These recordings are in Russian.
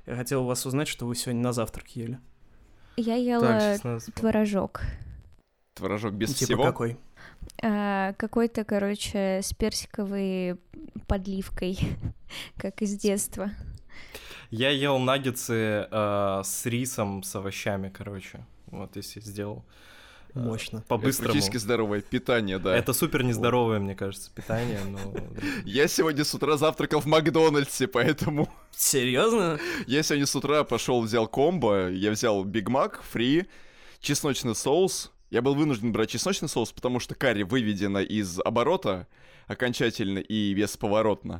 Я хотел у вас узнать, что вы сегодня на завтрак ели. Я ела творожок. Творожок без Типа всего? какой? Какой-то, короче, с персиковой подливкой, как из детства. Я ел наггетсы с рисом, с овощами, короче. Вот, если сделал. Мощно. По-быстрому. Это практически здоровое питание, да. Это супер нездоровое, мне кажется, питание, но... Я сегодня с утра завтракал в Макдональдсе, поэтому... Серьезно? Я сегодня с утра пошел, взял комбо, я взял Биг Мак, фри, чесночный соус. Я был вынужден брать чесночный соус, потому что карри выведено из оборота окончательно и бесповоротно.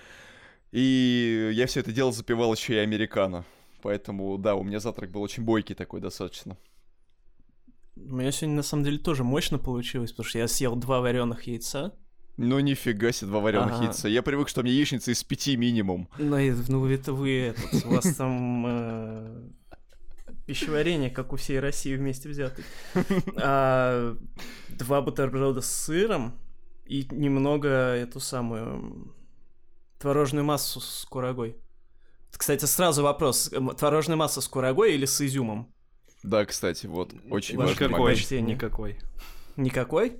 И я все это дело запивал еще и американо. Поэтому, да, у меня завтрак был очень бойкий такой достаточно. У меня сегодня, на самом деле, тоже мощно получилось, потому что я съел 2 вареных яйца. Ну, нифига себе, 2 вареных яйца. Я привык, что у меня яичница из 5 минимум. Ну, это вы, у вас там пищеварение, как у всей России вместе взятой. 2 бутерброда с сыром и немного эту самую творожную массу с курагой. Кстати, сразу вопрос, творожная масса с курагой или с изюмом? Да, кстати, вот, очень Ваше важный момент. Никакой. Никакой?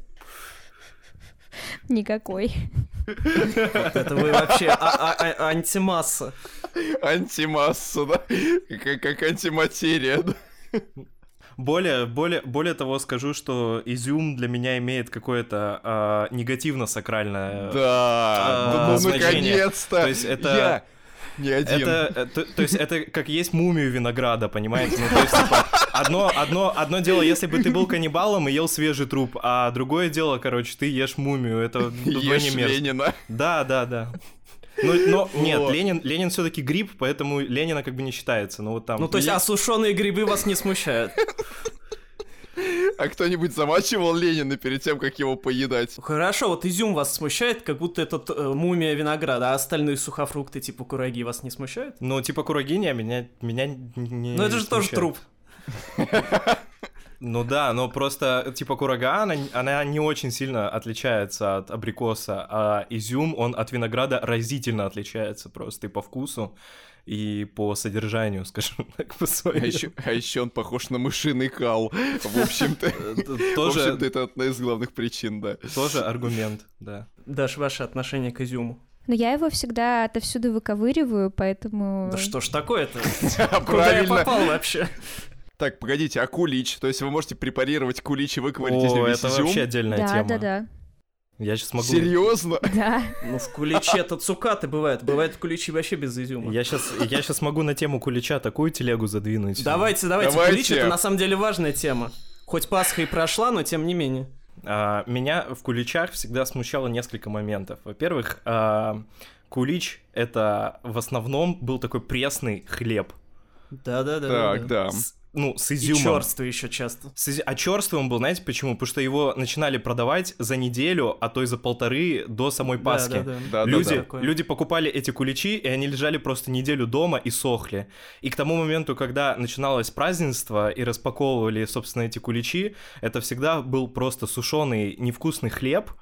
Никакой. Вот это вы вообще антимасса. Антимасса, да? Как антиматерия, да? Более того, скажу, что изюм для меня имеет какое-то негативно-сакральное Да, ну значение. наконец-то! То есть это... Не один. То есть это как есть мумию винограда, понимаете? Ну, то есть, типа, одно дело, если бы ты был каннибалом и ел свежий труп, а другое дело, короче, ты ешь мумию, это вдвойне Ешь мерзко. Ленина. Да. Но нет, Ленин все-таки гриб, поэтому Ленина как бы не считается. Ну, вот там... Ну, то есть осушенные грибы вас не смущают? А кто-нибудь замачивал Ленина перед тем, как его поедать? Хорошо, вот изюм вас смущает, как будто это мумия винограда, а остальные сухофрукты типа кураги вас не смущают? Ну, типа кураги меня не Ну, это же тоже труп. Ну да, но просто, типа, курага, она не очень сильно отличается от абрикоса, а изюм, он от винограда разительно отличается просто и по вкусу, и по содержанию, скажем так, по своему. А еще он похож на мышиный кал. В общем-то, это одна из главных причин, да. Тоже аргумент, да. Даш, ваше отношение к изюму? Но я его всегда отовсюду выковыриваю, поэтому... Да что ж такое-то? Правильно. Куда я попал вообще? Так, погодите, а кулич? То есть вы можете препарировать кулич и выковырить из него весь изюм? Это вообще отдельная тема. Да. Я сейчас могу... Серьезно? Да. Ну, в куличе-то цукаты бывают. Бывают куличи вообще без изюма. Я сейчас могу на тему кулича такую телегу задвинуть. Давайте. Кулич — это на самом деле важная тема. Хоть Пасха и прошла, но тем не менее. Меня в куличах всегда смущало несколько моментов. Во-первых, кулич — это в основном был такой пресный хлеб. Да. Так, да. С изюмом. И чёрствый еще часто. А чёрствый он был, знаете почему? Потому что его начинали продавать за неделю, а то и за 1,5 до самой Пасхи. Да. Люди покупали эти куличи, и они лежали просто неделю дома и сохли. И к тому моменту, когда начиналось празднество и распаковывали, собственно, эти куличи, это всегда был просто сушеный невкусный хлеб,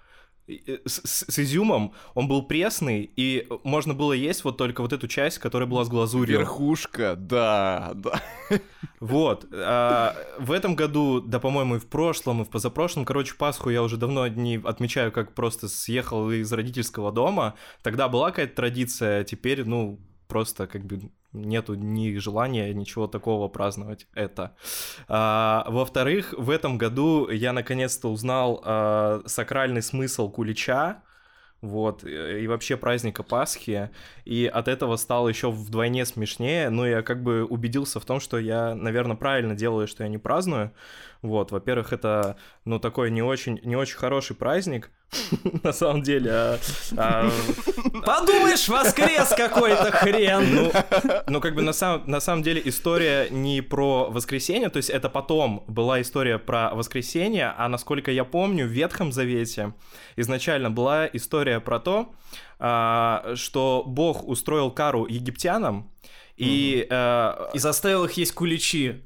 с изюмом, он был пресный, и можно было есть вот только вот эту часть, которая была с глазурью. Верхушка, да. Вот. В этом году, да, по-моему, и в прошлом, и в позапрошлом, короче, Пасху я уже давно не отмечаю, как просто съехал из родительского дома. Тогда была какая-то традиция, теперь, просто как бы нету ни желания, ничего такого праздновать это. Во-вторых, в этом году я наконец-то узнал сакральный смысл кулича, вот, и вообще праздника Пасхи, и от этого стало еще вдвойне смешнее, но я как бы убедился в том, что я, наверное, правильно делаю, что я не праздную. Вот, во-первых, это, такой не очень хороший праздник, на самом деле. Подумаешь, воскрес какой-то хрен! Как бы на самом деле история не про воскресенье, то есть это потом была история про воскресенье, а насколько я помню, в Ветхом Завете изначально была история про то, что Бог устроил кару египтянам, и заставил их есть куличи.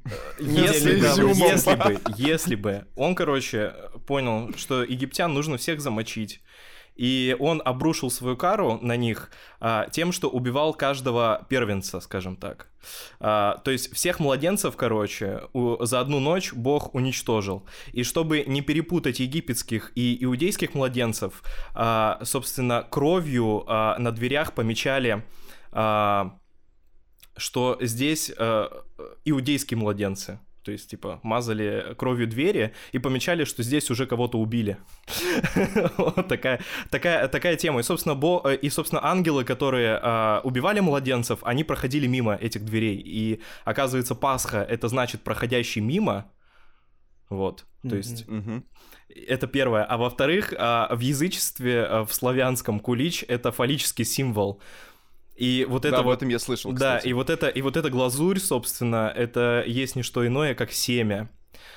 Если бы он, понял, что египтян нужно всех замочить, и он обрушил свою кару на них тем, что убивал каждого первенца, скажем так. То есть всех младенцев, короче, за одну ночь Бог уничтожил. И чтобы не перепутать египетских и иудейских младенцев, собственно, кровью на дверях помечали, что здесь иудейские младенцы. То есть, типа, мазали кровью двери и помечали, что здесь уже кого-то убили. Вот такая тема. И, собственно, ангелы, которые убивали младенцев, они проходили мимо этих дверей. И, оказывается, Пасха — это значит проходящий мимо. Вот, то есть... Это первое. А во-вторых, в язычестве, в славянском, кулич — это фаллический символ. И вот это об этом я слышал, да, кстати. и вот эта глазурь, собственно, это есть не что иное, как семя.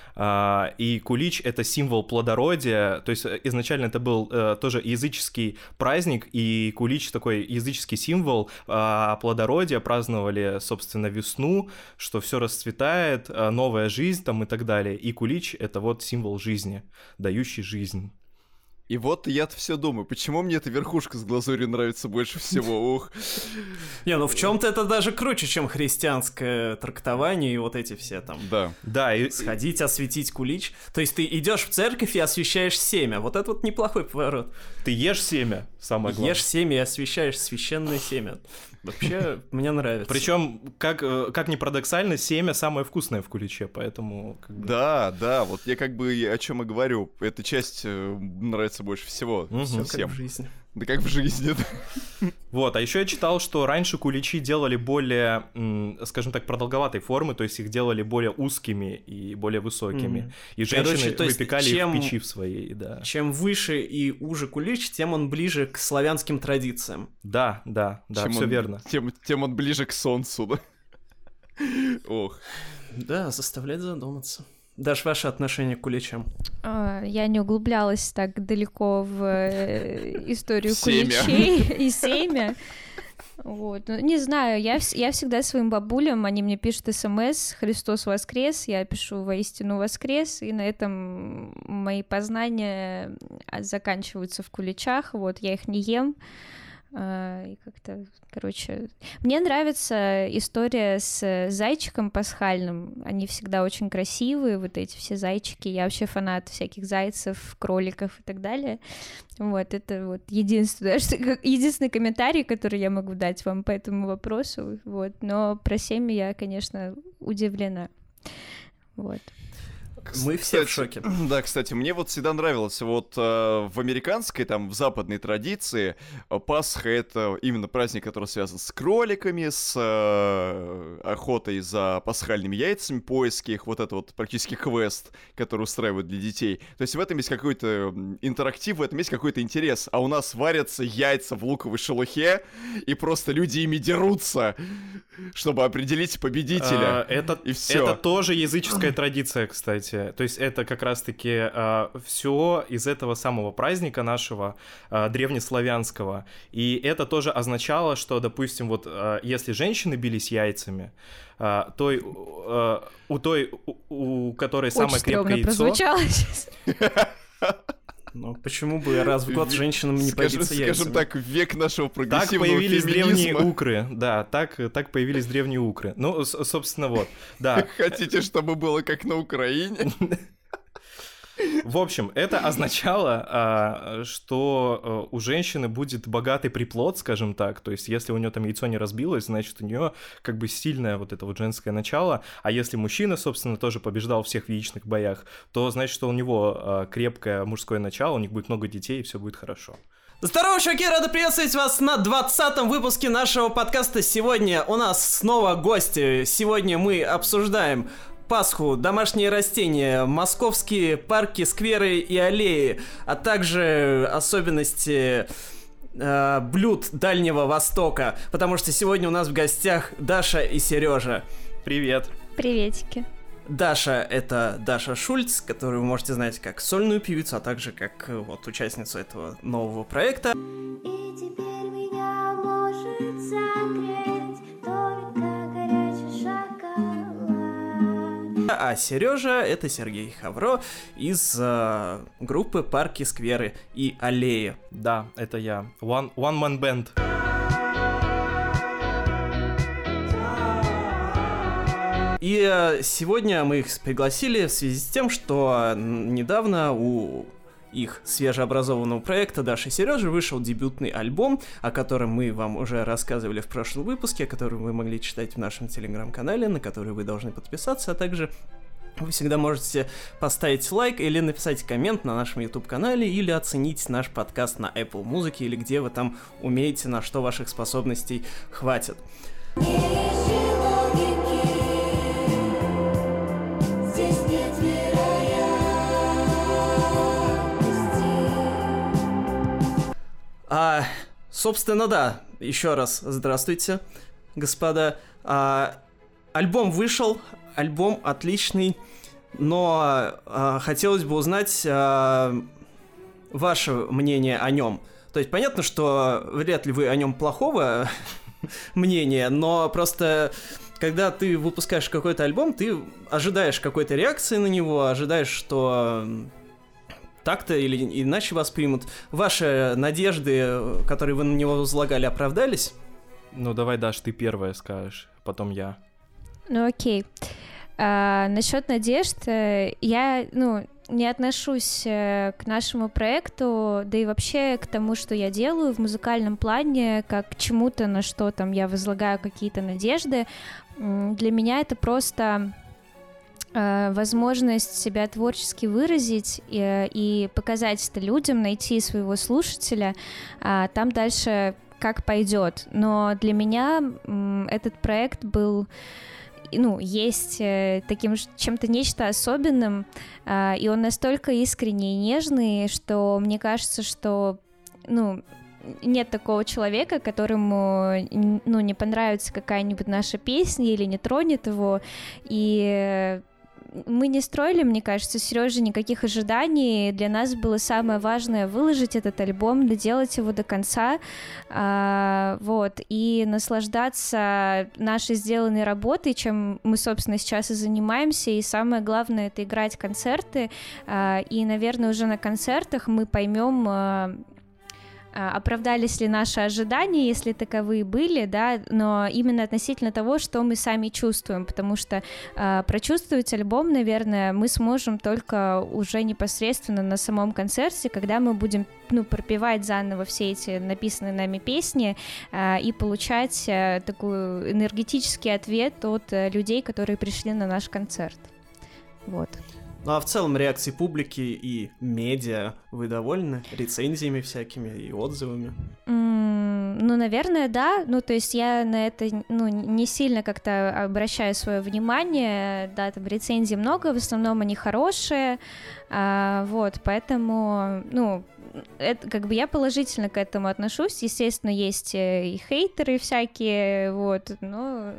И кулич — это символ плодородия, то есть изначально это был тоже языческий праздник, и кулич — такой языческий символ плодородия, праздновали, собственно, весну, что все расцветает, новая жизнь там и так далее. И кулич — это вот символ жизни, дающий жизнь. И вот я-то все думаю, почему мне эта верхушка с глазурью нравится больше всего, ух. Не, ну в чем-то это даже круче, чем христианское трактование и вот эти все там. Да. И... Сходить, осветить кулич. То есть ты идешь в церковь и освещаешь семя. Вот это вот неплохой поворот. Ты ешь семя, самое главное. Ешь семя и освещаешь священное семя. Вообще, мне нравится. Причем, как ни парадоксально, семя самое вкусное в куличе, поэтому... Да, вот я как бы о чем и говорю. Эта часть нравится больше всего Всё всем. как в жизни. Да как в жизни, да. Вот, а еще я читал, что раньше куличи делали более, скажем так, продолговатой формы, то есть их делали более узкими и более высокими. И женщины выпекали их в печи в своей, да. Чем выше и уже кулич, тем он ближе к славянским традициям. Да, все верно. Тем он ближе к солнцу, да. Ох. Да, заставляет задуматься. Даш, ваше отношение к куличам? Я не углублялась так далеко в историю Семя. куличей и семя. Вот. Ну, не знаю, я всегда своим бабулям, они мне пишут СМС «Христос воскрес», я пишу «Воистину воскрес», и на этом мои познания заканчиваются в куличах, вот, я их не ем. И как-то, короче... Мне нравится история с зайчиком пасхальным. Они всегда очень красивые, вот эти все зайчики. Я вообще фанат всяких зайцев, кроликов и так далее. Вот, это вот единственный комментарий, который я могу дать вам по этому вопросу. Вот. Но про семя я, конечно, удивлена. Вот. Мы все в шоке. Да, кстати, мне вот всегда нравилось, вот в американской, там, в западной традиции Пасха — это именно праздник, который связан с кроликами, с охотой за пасхальными яйцами, поиски их, вот это вот практически квест, который устраивают для детей. То есть в этом есть какой-то интерактив, в этом есть какой-то интерес, а у нас варятся яйца в луковой шелухе, и просто люди ими дерутся, чтобы определить победителя. И все. Это тоже языческая традиция, кстати. То есть это как раз-таки все из этого самого праздника нашего, древнеславянского. И это тоже означало, что, допустим, вот если женщины бились яйцами, у которой самое крепкое яйцо... прозвучало сейчас. Ну, почему бы раз в год женщинам не побиться яйцами? Скажем так, век нашего прогрессивного Так появились феминизма. древние укры, да, так появились древние укры. Ну, собственно, вот, да. Хотите, чтобы было как на Украине? В общем, это означало, что у женщины будет богатый приплод, скажем так. То есть, если у нее там яйцо не разбилось, значит, у нее как бы сильное вот это вот женское начало. А если мужчина, собственно, тоже побеждал всех в яичных боях, то значит, что у него крепкое мужское начало, у них будет много детей, и все будет хорошо. Здорово, чуваки! Рады приветствовать вас на 20-м выпуске нашего подкаста. Сегодня у нас снова гости. Сегодня мы обсуждаем Пасху, домашние растения, московские парки, скверы и аллеи, а также особенности блюд Дальнего Востока, потому что сегодня у нас в гостях Даша и Сережа. Привет! Приветики. Даша — это Даша Шульц, которую вы можете знать как сольную певицу, а также как вот участницу этого нового проекта. И теперь меня может согреть только горячий шоколад. а Сережа — это Сергей Хавро из группы «Парки, скверы и аллеи». Да, это я. One Man Band. И сегодня мы их пригласили в связи с тем, что недавно у их свежеобразованного проекта Даши и Сережи вышел дебютный альбом, о котором мы вам уже рассказывали в прошлом выпуске, о котором вы могли читать в нашем телеграм-канале, на который вы должны подписаться, а также вы всегда можете поставить лайк или написать коммент на нашем YouTube-канале или оценить наш подкаст на Apple Music или где вы там умеете, на что ваших способностей хватит. Собственно, да, еще раз здравствуйте, господа. Альбом вышел, альбом отличный, но хотелось бы узнать ваше мнение о нем. То есть понятно, что вряд ли вы о нем плохого мнения, но просто когда ты выпускаешь какой-то альбом, ты ожидаешь какой-то реакции на него, ожидаешь, что так-то или иначе воспримут. Ваши надежды, которые вы на него возлагали, оправдались? Ну, давай, Даш, ты первая скажешь, потом я. Ну, окей. Насчет надежд, я, не отношусь к нашему проекту, да и вообще к тому, что я делаю в музыкальном плане, как к чему-то, на что там я возлагаю какие-то надежды. Для меня это просто возможность себя творчески выразить и показать это людям, найти своего слушателя, там дальше как пойдет. Но для меня этот проект был, есть таким чем-то нечто особенным, и он настолько искренний и нежный, что мне кажется, что, нет такого человека, которому, не понравится какая-нибудь наша песня или не тронет его, и мы не строили, мне кажется, Серёже никаких ожиданий. Для нас было самое важное выложить этот альбом, доделать его до конца, и наслаждаться нашей сделанной работой, чем мы, собственно, сейчас и занимаемся. И самое главное — это играть концерты. И, наверное, уже на концертах мы поймем, оправдались ли наши ожидания, если таковые были, да, но именно относительно того, что мы сами чувствуем, потому что прочувствовать альбом, наверное, мы сможем только уже непосредственно на самом концерте, когда мы будем, пропевать заново все эти написанные нами песни и получать такой энергетический ответ от людей, которые пришли на наш концерт. Вот. Ну а в целом реакции публики и медиа вы довольны? Рецензиями всякими и отзывами? Наверное, да. То есть я на это, не сильно как-то обращаю свое внимание. Да, там рецензий много, в основном они хорошие. Поэтому, это, я положительно к этому отношусь. Естественно, есть и хейтеры всякие, но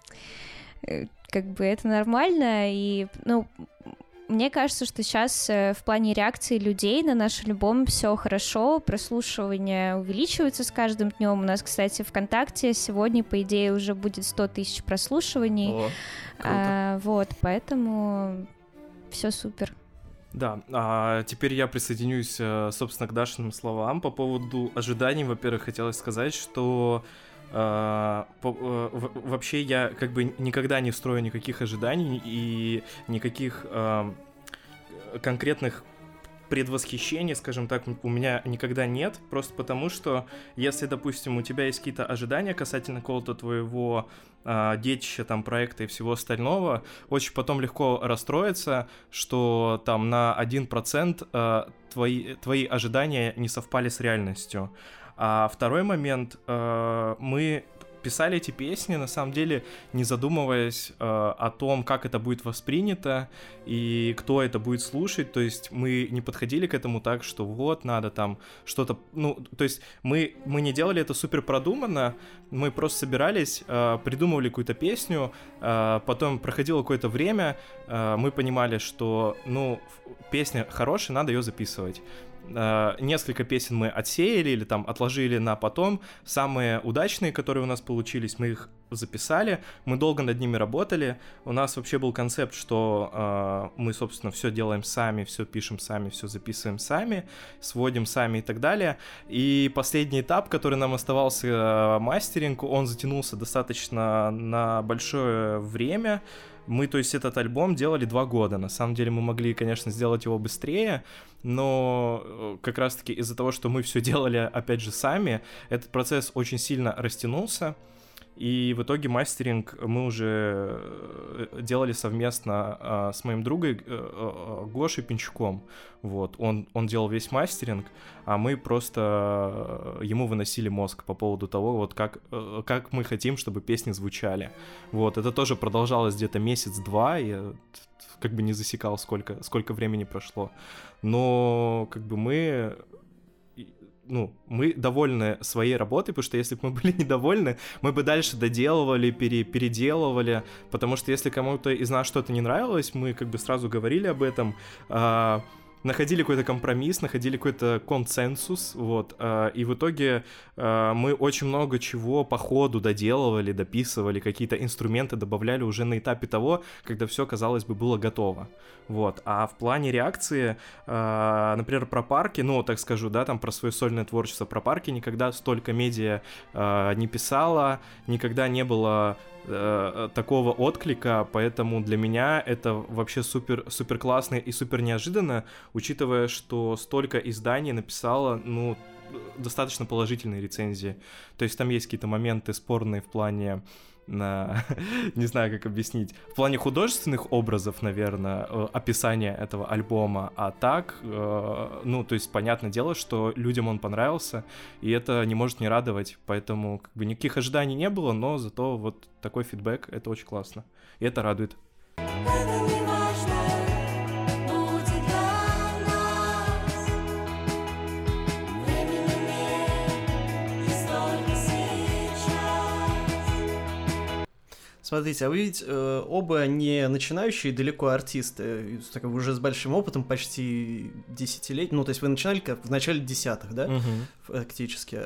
это нормально. И, мне кажется, что сейчас в плане реакции людей на наш альбом все хорошо, прослушивание увеличивается с каждым днем. У нас, кстати, ВКонтакте сегодня, по идее, уже будет 100 тысяч прослушиваний. О, круто. Поэтому все супер. Да, а теперь я присоединюсь, собственно, к Дашиным словам по поводу ожиданий. Во-первых, хотелось сказать, что вообще я никогда не строю никаких ожиданий и никаких конкретных предвосхищений, скажем так, у меня никогда нет, просто потому что если, допустим, у тебя есть какие-то ожидания касательно какого-то твоего детища, там, проекта и всего остального, очень потом легко расстроиться, что там на 1% твои ожидания не совпали с реальностью. А второй момент, мы писали эти песни, на самом деле, не задумываясь о том, как это будет воспринято и кто это будет слушать, то есть мы не подходили к этому так, что вот, надо там что-то, то есть мы не делали это супер продуманно, мы просто собирались, придумывали какую-то песню, потом проходило какое-то время, мы понимали, что, песня хорошая, надо ее записывать. Несколько песен мы отсеяли или там отложили на потом. Самые удачные, которые у нас получились, мы их записали, мы долго над ними работали, у нас вообще был концепт, что мы, собственно, все делаем сами, все пишем сами, все записываем сами, сводим сами и так далее, и последний этап, который нам оставался, мастеринг, он затянулся достаточно на большое время. Мы, то есть, этот альбом делали 2 года. На самом деле мы могли, конечно, сделать его быстрее, но как раз-таки из-за того, что мы все делали, опять же, сами, этот процесс очень сильно растянулся. И в итоге мастеринг мы уже делали совместно с моим другом Гошей Пинчуком. Вот. Он делал весь мастеринг, а мы просто ему выносили мозг по поводу того, вот как мы хотим, чтобы песни звучали. Вот. Это тоже продолжалось где-то месяц-два, я как бы не засекал, сколько времени прошло. Но как бы мы довольны своей работой, потому что если бы мы были недовольны, мы бы дальше доделывали, переделывали, потому что если кому-то из нас что-то не нравилось, мы как бы сразу говорили об этом, находили какой-то компромисс, находили какой-то консенсус, вот, и в итоге мы очень много чего по ходу доделывали, дописывали, какие-то инструменты добавляли уже на этапе того, когда все, казалось бы, было готово, вот, а в плане реакции, например, про Парки, так скажу, да, там про свое сольное творчество, про Парки никогда столько медиа не писала, никогда не было такого отклика, поэтому для меня это вообще супер классно и супер неожиданно, учитывая, что столько изданий написало, достаточно положительные рецензии. То есть там есть какие-то моменты спорные в плане, не знаю, как объяснить, в плане художественных образов, наверное, описания этого альбома, а так, то есть понятное дело, что людям он понравился, и это не может не радовать, поэтому как бы никаких ожиданий не было, но зато вот такой фидбэк, это очень классно, и это радует. Смотрите, а вы ведь оба не начинающие далеко артисты, уже с большим опытом, почти десятилетий, то есть вы начинали в начале десятых, да, фактически,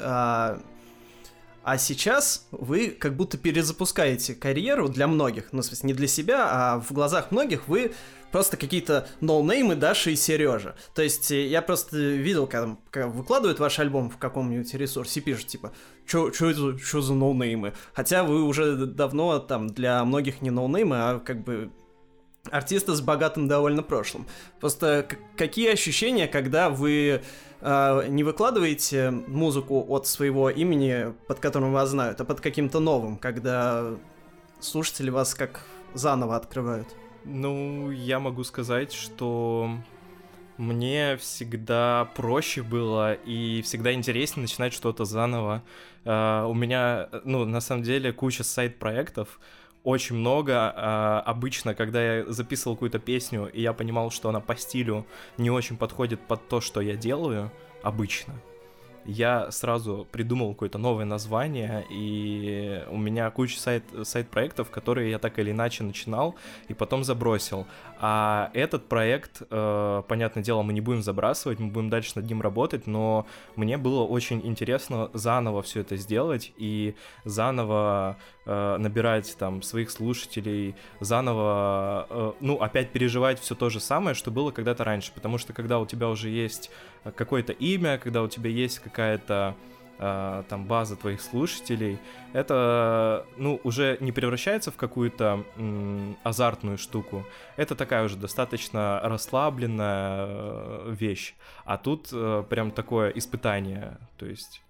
а сейчас вы как будто перезапускаете карьеру для многих, в смысле не для себя, а в глазах многих вы просто какие-то ноунеймы Даша и Сережа. То есть я просто видел, когда выкладывают ваш альбом в каком-нибудь ресурсе и пишут, типа, что за ноунеймы? Хотя вы уже давно там для многих не ноунеймы, а как бы артисты с богатым довольно прошлым. Просто какие ощущения, когда вы не выкладываете музыку от своего имени, под которым вас знают, а под каким-то новым, когда слушатели вас как заново открывают? Я могу сказать, что мне всегда проще было и всегда интереснее начинать что-то заново. У меня, на самом деле, куча сайт-проектов, очень много. Обычно, когда я записывал какую-то песню, и я понимал, что она по стилю не очень подходит под то, что я делаю, обычно, я сразу придумал какое-то новое название, и у меня куча сайт-проектов, которые я так или иначе начинал и потом забросил. А этот проект, понятное дело, мы не будем забрасывать, мы будем дальше над ним работать, но мне было очень интересно заново все это сделать и заново набирать там своих слушателей, заново, опять переживать все то же самое, что было когда-то раньше, потому что когда у тебя уже есть какое-то имя, когда у тебя есть какая-то там база твоих слушателей, это, уже не превращается в какую-то азартную штуку. Это такая уже достаточно расслабленная вещь. А тут прям такое испытание, то есть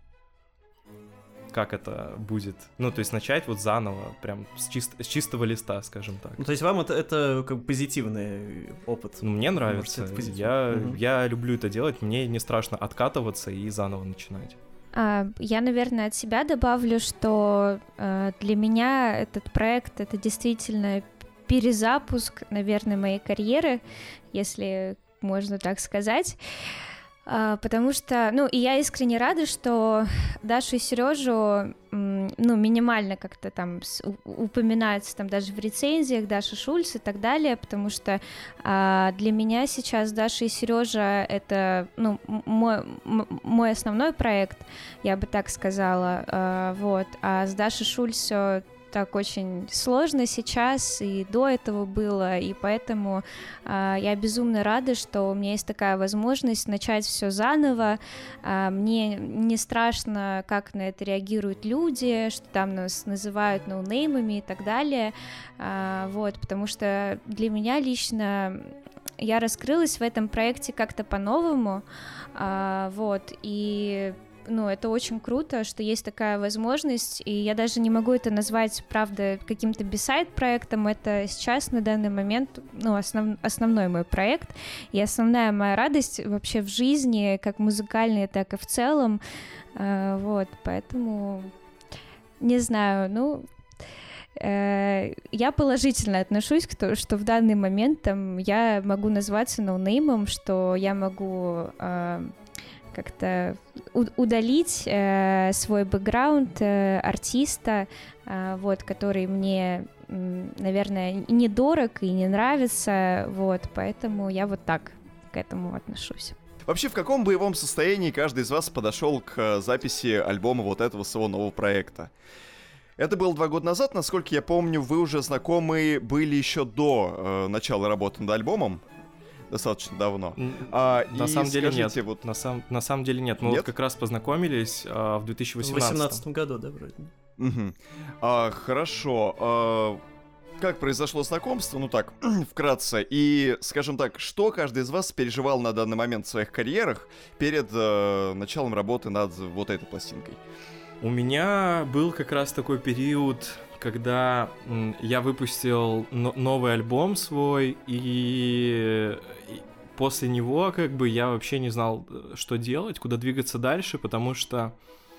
как это будет. То есть начать вот заново, прям с чистого листа, скажем так. То есть вам это как бы позитивный опыт? Мне нравится. Я люблю это делать, мне не страшно откатываться и заново начинать. Я, наверное, от себя добавлю, что для меня этот проект — это действительно перезапуск, наверное, моей карьеры, если можно так сказать. Потому что, ну, и я искренне рада, что Дашу и Сережу, ну, минимально как-то там упоминается там даже в рецензиях Даша Шульц и так далее, потому что для меня сейчас Даша и Сережа это, ну, мой основной проект, я бы так сказала, вот, а с Дашей Шульц все так очень сложно сейчас, и до этого было, и поэтому я безумно рада, что у меня есть такая возможность начать все заново. Мне не страшно, как на это реагируют люди, что там нас называют ноунеймами и так далее, вот, потому что для меня лично я раскрылась в этом проекте как-то по-новому, вот, и ну, это очень круто, что есть такая возможность, и я даже не могу это назвать, правда, каким-то бисайд-проектом, это сейчас, на данный момент, ну, основной мой проект, и основная моя радость вообще в жизни, как музыкальной, так и в целом, вот, поэтому, не знаю, ну, я положительно отношусь к тому, что в данный момент там я могу назваться ноунеймом, что я могу как-то удалить свой бэкграунд артиста, вот, который мне, наверное, недорог и не нравится, вот, поэтому я вот так к этому отношусь. Вообще, в каком боевом состоянии каждый из вас подошел к записи альбома вот этого своего нового проекта? Это было 2 года назад, насколько я помню, вы уже знакомы были еще до начала работы над альбомом. Достаточно давно. На самом деле нет. Вот... На самом деле нет. Мы нет? вот как раз познакомились в 2018. В 2018 году, да, вроде. Угу. Хорошо. Как произошло знакомство? Ну так, вкратце. И, скажем так, что каждый из вас переживал на данный момент в своих карьерах перед началом работы над вот этой пластинкой? У меня был как раз такой период, когда я выпустил новый альбом свой, и после него как бы я вообще не знал, что делать, куда двигаться дальше, потому что,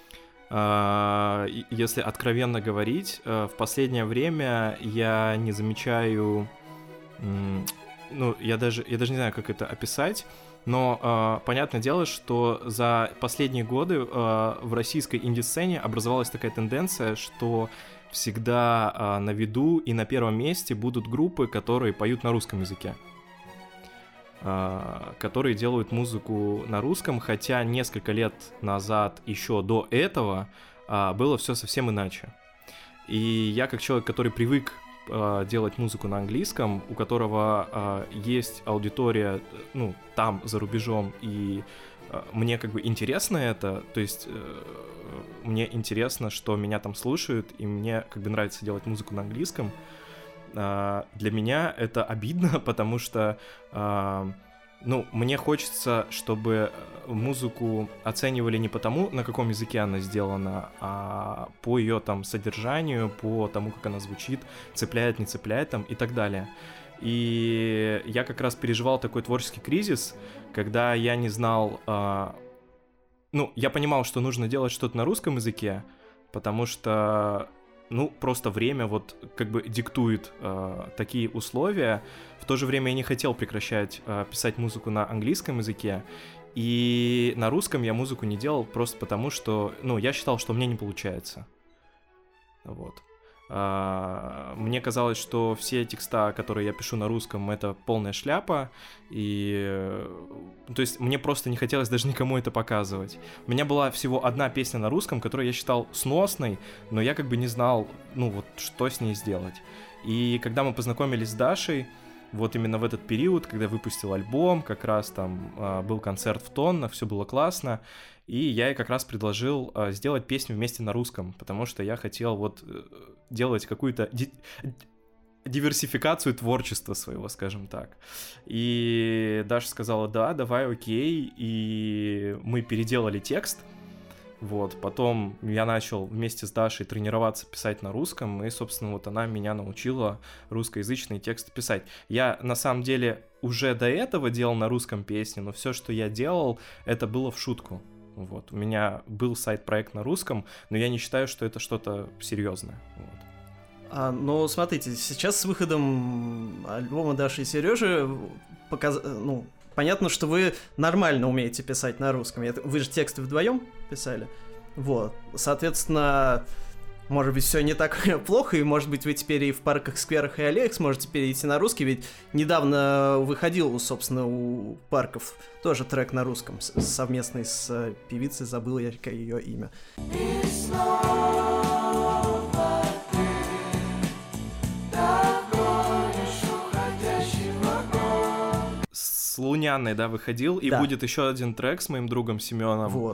если откровенно говорить, в последнее время я не замечаю, ну, я даже не знаю, как это описать, но понятное дело, что за последние годы в российской инди-сцене образовалась такая тенденция, что всегда на виду и на первом месте будут группы, которые поют на русском языке, которые делают музыку на русском, хотя несколько лет назад, еще до этого, было все совсем иначе. И я, как человек, который привык делать музыку на английском, у которого есть аудитория, ну, там, за рубежом, и мне как бы интересно это, то есть мне интересно, что меня там слушают, и мне как бы нравится делать музыку на английском. Для меня это обидно, потому что, ну, мне хочется, чтобы музыку оценивали не потому, на каком языке она сделана, а по ее там содержанию, по тому, как она звучит, цепляет, не цепляет там и так далее. И я как раз переживал такой творческий кризис, когда я не знал... Ну, я понимал, что нужно делать что-то на русском языке, потому что, ну, просто время вот как бы диктует такие условия. В то же время я не хотел прекращать писать музыку на английском языке, и на русском я музыку не делал просто потому, что, ну, я считал, что у меня не получается. Вот. Мне казалось, что все текста, которые я пишу на русском, это полная шляпа, и, то есть, мне просто не хотелось даже никому это показывать. У меня была всего одна песня на русском, которую я считал сносной, но я как бы не знал, ну вот, что с ней сделать. И когда мы познакомились с Дашей, вот именно в этот период, когда я выпустил альбом, как раз там был концерт в Тоннах, все было классно, и я ей как раз предложил сделать песню вместе на русском, потому что я хотел вот делать какую-то диверсификацию творчества своего, скажем так. И Даша сказала: да, давай, окей, и мы переделали текст. Вот, потом я начал вместе с Дашей тренироваться писать на русском, и, собственно, вот она меня научила русскоязычные тексты писать. Я, на самом деле, уже до этого делал на русском песни, но все, что я делал, это было в шутку. Вот, у меня был сайт-проект на русском, но я не считаю, что это что-то серьезное. Вот. Ну, смотрите, сейчас с выходом альбома Даши и Сережи понятно, что вы нормально умеете писать на русском. Вы же тексты вдвоем писали. Вот. Соответственно, может быть, все не так плохо, и, может быть, вы теперь и в парках, скверах и аллеях сможете перейти на русский, ведь недавно выходил, собственно, у парков тоже трек на русском, совместный с певицей, забыл я ее имя. С Луняной, да, выходил, и Да. будет еще один трек с моим другом Семеном. Вот.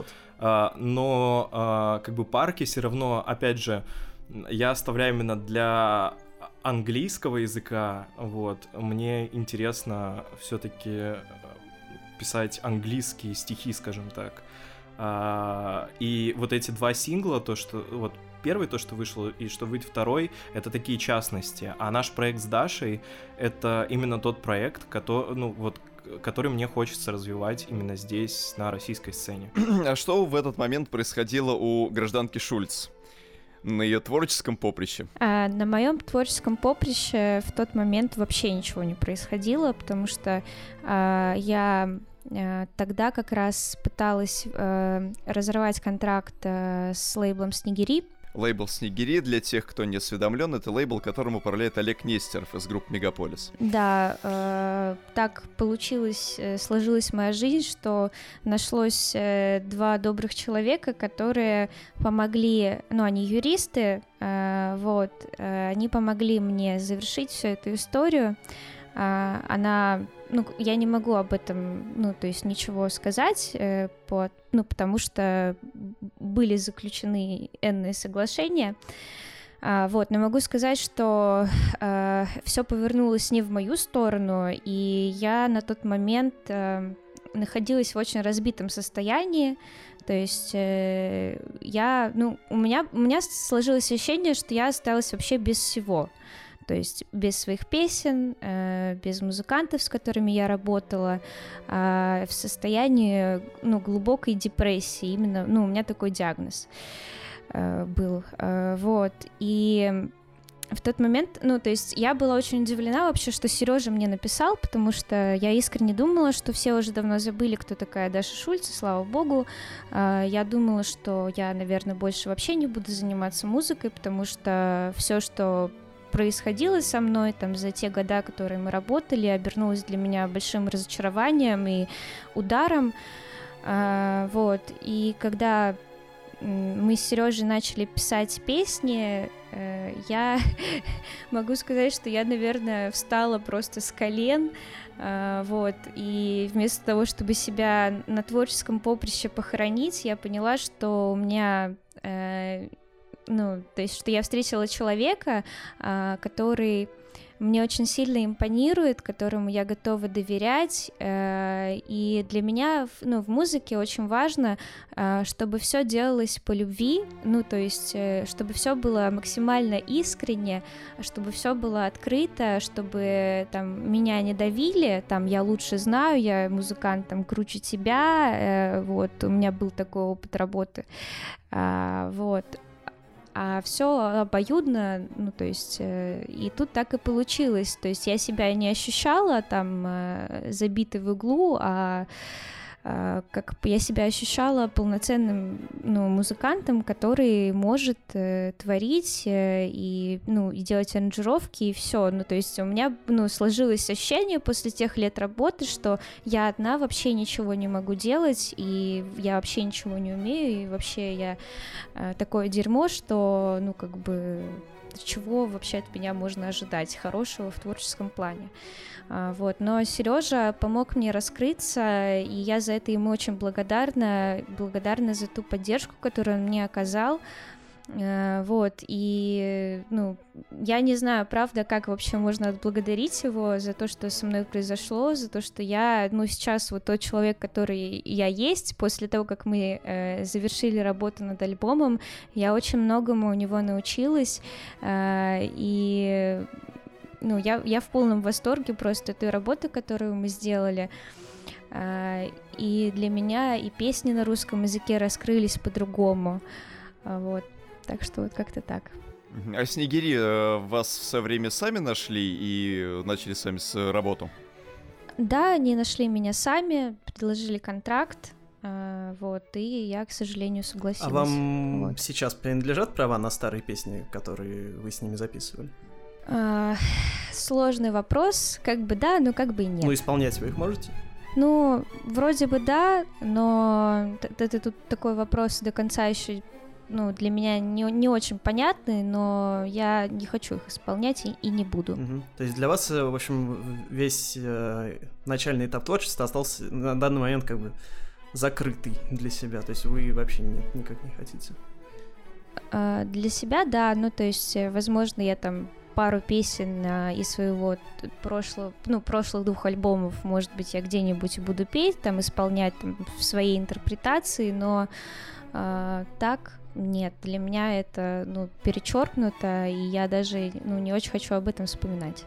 Но как бы парки все равно, опять же, я оставляю именно для английского языка. Вот. Мне интересно все-таки писать английские стихи, скажем так. И вот эти два сингла, то, что вот первый, то, что вышло, и что выйдет второй, это такие частности. А наш проект с Дашей — это именно тот проект, который мне хочется развивать именно здесь, на российской сцене. А что в этот момент происходило у гражданки Шульц на ее творческом поприще? На моем творческом поприще в тот момент вообще ничего не происходило, потому что я тогда как раз пыталась разорвать контракт с лейблом «Снегири». Лейбл «Снегири», для тех, кто не осведомлен, это лейбл, которым управляет Олег Нестеров из группы «Мегаполис». Да, так сложилась моя жизнь, что нашлось два добрых человека, которые помогли, они юристы, они помогли мне завершить всю эту историю. Я не могу об этом, то есть ничего сказать, потому что были заключены энные соглашения. Но могу сказать, что все повернулось не в мою сторону, и я на тот момент находилась в очень разбитом состоянии. То есть у меня сложилось ощущение, что я осталась вообще без всего. То есть без своих песен, без музыкантов, с которыми я работала, в состоянии глубокой депрессии. Именно, у меня такой диагноз был. И в тот момент, то есть я была очень удивлена вообще, что Сережа мне написал, потому что я искренне думала, что все уже давно забыли, кто такая Даша Шульц, и слава богу. Я думала, что я, наверное, больше вообще не буду заниматься музыкой, потому что все, что происходило со мной там за те года, которые мы работали, обернулось для меня большим разочарованием и ударом. И когда мы с Сережей начали писать песни, я могу сказать, что я, наверное, встала просто с колен, и вместо того, чтобы себя на творческом поприще похоронить, я поняла, что у меня... то есть, что я встретила человека, который мне очень сильно импонирует, которому я готова доверять, и для меня, в музыке очень важно, чтобы все делалось по любви, то есть, чтобы все было максимально искренне, чтобы все было открыто, чтобы там меня не давили, там я лучше знаю, я музыкант там круче тебя, у меня был такой опыт работы, а все обоюдно, то есть, и тут так и получилось, то есть я себя не ощущала там забитой в углу, как я себя ощущала полноценным, музыкантом, который может творить и делать аранжировки, и все. То есть у меня, сложилось ощущение после тех лет работы, что я одна вообще ничего не могу делать, и я вообще ничего не умею, и вообще я такое дерьмо, что, чего вообще от меня можно ожидать хорошего в творческом плане. Но Сережа помог мне раскрыться, и я за это ему очень благодарна за ту поддержку, которую он мне оказал. И, я не знаю, правда, как вообще можно отблагодарить его за то, что со мной произошло, за то, что я, сейчас тот человек, который я есть, после того, как мы завершили работу над альбомом, я очень многому у него научилась, и... я в полном восторге просто той работы, которую мы сделали. И для меня и песни на русском языке раскрылись по-другому. Так что как-то так. А Снегири вас в свое время сами нашли и начали с вами работу? Да, они нашли меня сами, предложили контракт, вот, и я, к сожалению, согласилась. А вам Вот. сейчас принадлежат права на старые песни, которые вы с ними записывали? Сложный вопрос, как бы да, но как бы и нет. Ну, исполнять вы их можете? Ну, вроде бы да, но это тут такой вопрос до конца еще, ну, для меня не очень понятный, но я не хочу их исполнять и не буду. Мгм. То есть для вас, в общем, весь начальный этап творчества остался на данный момент как бы закрытый для себя, то есть вы вообще никак не хотите. Для себя, да, ну, то есть, возможно, я там пару песен из своего прошлых 2 альбомов, может быть, я где-нибудь буду петь, там, исполнять там, в своей интерпретации, но так, нет, для меня это, ну, перечеркнуто, и я даже, ну, не очень хочу об этом вспоминать.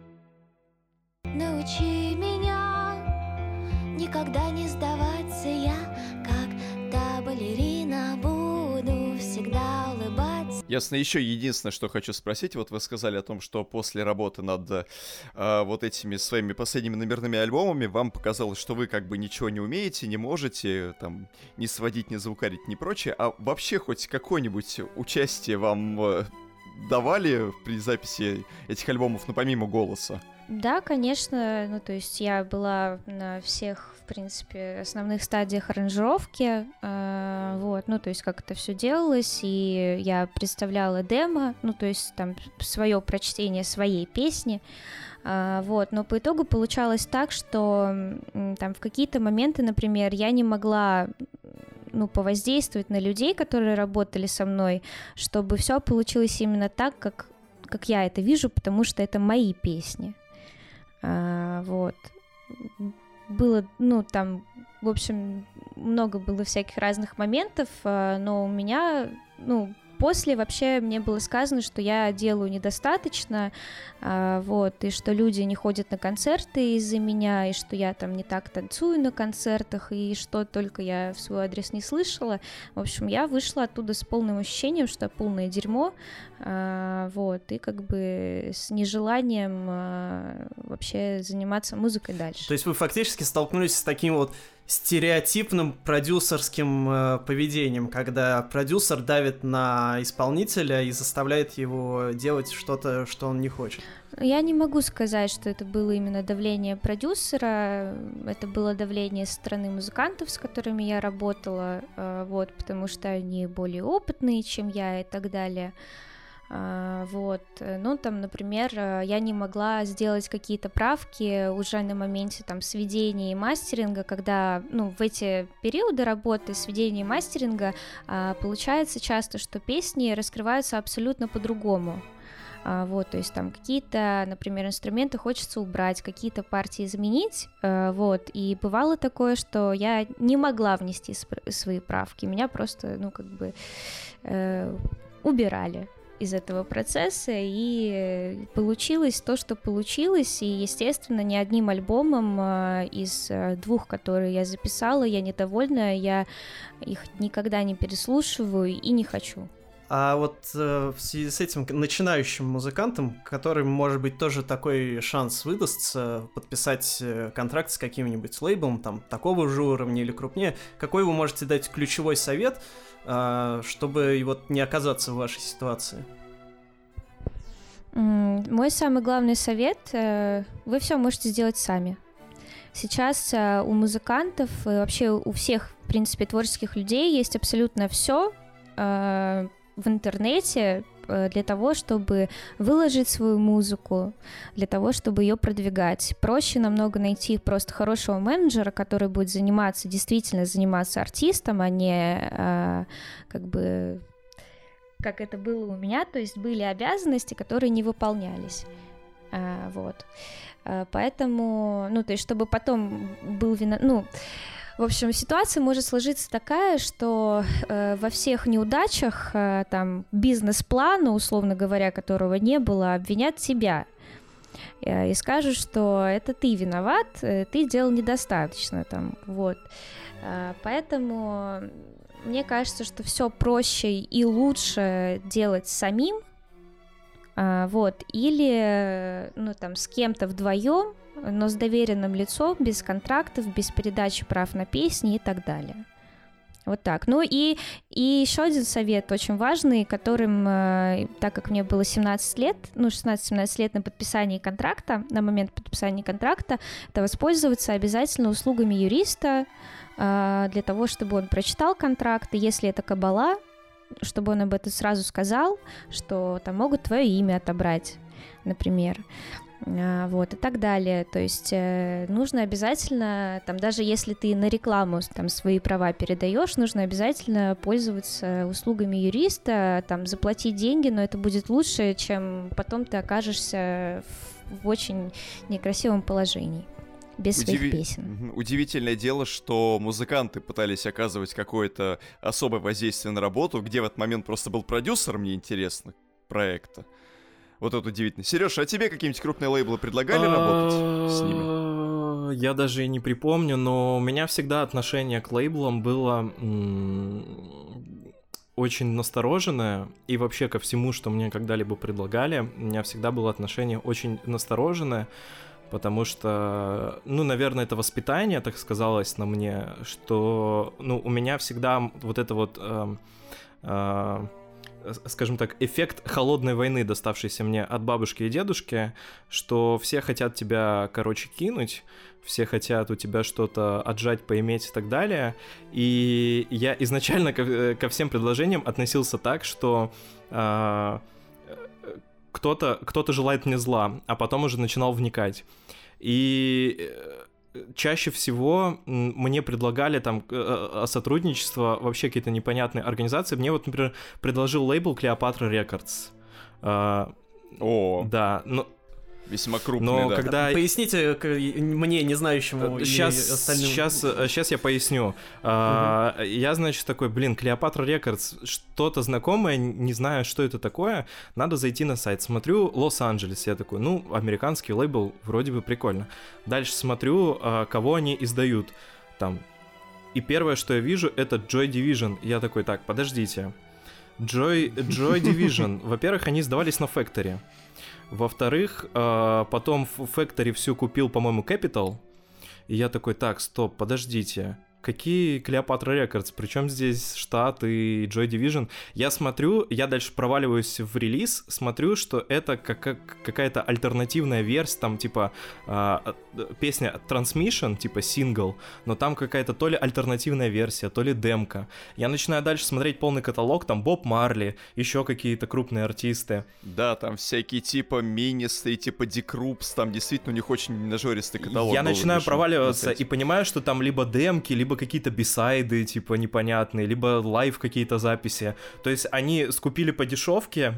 Научи меня никогда не сдаваться, я как та балерина буду всегда улыбаться. Ясно. Еще единственное, что хочу спросить. Вот вы сказали о том, что после работы над вот этими своими последними номерными альбомами вам показалось, что вы как бы ничего не умеете, не можете там ни сводить, ни звукарить, ни прочее. А вообще хоть какое-нибудь участие вам давали при записи этих альбомов, ну, помимо голоса? Да, конечно, ну, то есть я была на всех, в принципе, основных стадиях аранжировки, вот, ну, то есть как это все делалось, и я представляла демо, ну, то есть там свое прочтение своей песни, вот, но по итогу получалось так, что там в какие-то моменты, например, я не могла, ну, повоздействовать на людей, которые работали со мной, чтобы все получилось именно так, как я это вижу, потому что это мои песни. Вот. Было, ну, там, в общем, много было всяких разных моментов, но у меня, ну, после вообще мне было сказано, что я делаю недостаточно, вот, и что люди не ходят на концерты из-за меня, и что я там не так танцую на концертах, и что только я в свой адрес не слышала. В общем, я вышла оттуда с полным ощущением, что полное дерьмо, вот, и как бы с нежеланием вообще заниматься музыкой дальше. То есть вы фактически столкнулись с таким вот стереотипным продюсерским поведением, когда продюсер давит на исполнителя и заставляет его делать что-то, что он не хочет. Я не могу сказать, что это было именно давление продюсера, это было давление со стороны музыкантов, с которыми я работала, вот, потому что они более опытные, чем я и так далее. Вот, ну там, например, я не могла сделать какие-то правки уже на моменте там сведения и мастеринга, когда, ну, в эти периоды работы сведения и мастеринга получается часто, что песни раскрываются абсолютно по-другому. Вот, то есть там какие-то, например, инструменты хочется убрать, какие-то партии изменить, вот, и бывало такое, что я не могла внести свои правки, меня просто, ну, как бы убирали из этого процесса, и получилось то, что получилось, и, естественно, ни одним альбомом из 2, которые я записала, я недовольна, я их никогда не переслушиваю и не хочу. А вот в связи с этим начинающим музыкантом, которым, может быть, тоже такой шанс выдастся, подписать контракт с каким-нибудь лейблом, там, такого же уровня или крупнее, какой вы можете дать ключевой совет, чтобы вот не оказаться в вашей ситуации? Мой самый главный совет — вы все можете сделать сами. Сейчас у музыкантов и вообще у всех, в принципе, творческих людей есть абсолютно все в интернете для того, чтобы выложить свою музыку, для того, чтобы ее продвигать. Проще намного найти просто хорошего менеджера, который будет действительно заниматься артистом, а не как бы как это было у меня, то есть были обязанности, которые не выполнялись. Вот. Поэтому, ну, то есть, чтобы потом был в общем, ситуация может сложиться такая, что во всех неудачах там бизнес-плана, условно говоря, которого не было, обвинят тебя и скажут, что это ты виноват, ты делал недостаточно там, вот. Поэтому мне кажется, что все проще и лучше делать самим, Вот, или, ну, там, с кем-то вдвоем, но с доверенным лицом, без контрактов, без передачи прав на песни и так далее. Вот так. Ну и еще один совет очень важный, которым, так как мне было 17 лет, ну 16-17 лет на подписании контракта, на момент подписания контракта, это воспользоваться обязательно услугами юриста для того, чтобы он прочитал контракт, и если это кабала, чтобы он об этом сразу сказал, что там могут твое имя отобрать, например. Вот, и так далее. То есть нужно обязательно, там, даже если ты на рекламу там свои права передаешь, нужно обязательно пользоваться услугами юриста, там, заплатить деньги, но это будет лучше, чем потом ты окажешься в очень некрасивом положении. Без своих песен. Удивительное дело, что музыканты пытались оказывать какое-то особое воздействие на работу, где в этот момент просто был продюсер, мне интересно, проекта. Вот это удивительно. Серёж, а тебе какие-нибудь крупные лейблы предлагали работать с ними? Я даже и не припомню, но у меня всегда отношение к лейблам было очень настороженное, и вообще ко всему, что мне когда-либо предлагали, у меня всегда было отношение очень настороженное, потому что, ну, наверное, это воспитание так сказалось на мне, что, ну, у меня всегда вот это вот... скажем так, эффект холодной войны, доставшийся мне от бабушки и дедушки, что все хотят тебя, короче, кинуть, все хотят у тебя что-то отжать, поиметь и так далее. И я изначально ко всем предложениям относился так, что кто-то желает мне зла, а потом уже начинал вникать. И... чаще всего мне предлагали там сотрудничество, вообще какие-то непонятные организации. Мне вот, например, предложил лейбл Cleopatra Records. Да, но... Весьма крупный, но да. Когда... Поясните мне, не знающему, остальным. Сейчас я поясню. Я, значит, такой, Cleopatra Records, что-то знакомое, не знаю, что это такое, надо зайти на сайт. Смотрю, Лос-Анджелес, я такой, ну, американский лейбл, вроде бы прикольно. Дальше смотрю, кого они издают там. И первое, что я вижу, это Joy Division. Я такой, так, подождите. Joy Division. Во-первых, они издавались на Factory. Во-вторых, потом в Factory всю купил, по-моему, Capital. И я такой, так, стоп, подождите. Какие Cleopatra Records? Причем здесь штат и Joy Division? Я смотрю, я дальше проваливаюсь в релиз, смотрю, что это какая-то альтернативная версия, там типа песня Transmission, типа сингл, но там какая-то то ли альтернативная версия, то ли демка. Я начинаю дальше смотреть полный каталог, там Боб Марли, еще какие-то крупные артисты. Да, там всякие типа Министы, типа Дикрупс, там действительно у них очень нажористый каталог. Я начинаю проваливаться и понимаю, что там либо демки, либо какие-то бисайды, типа, непонятные, либо лайв какие-то записи. То есть они скупили по дешевке,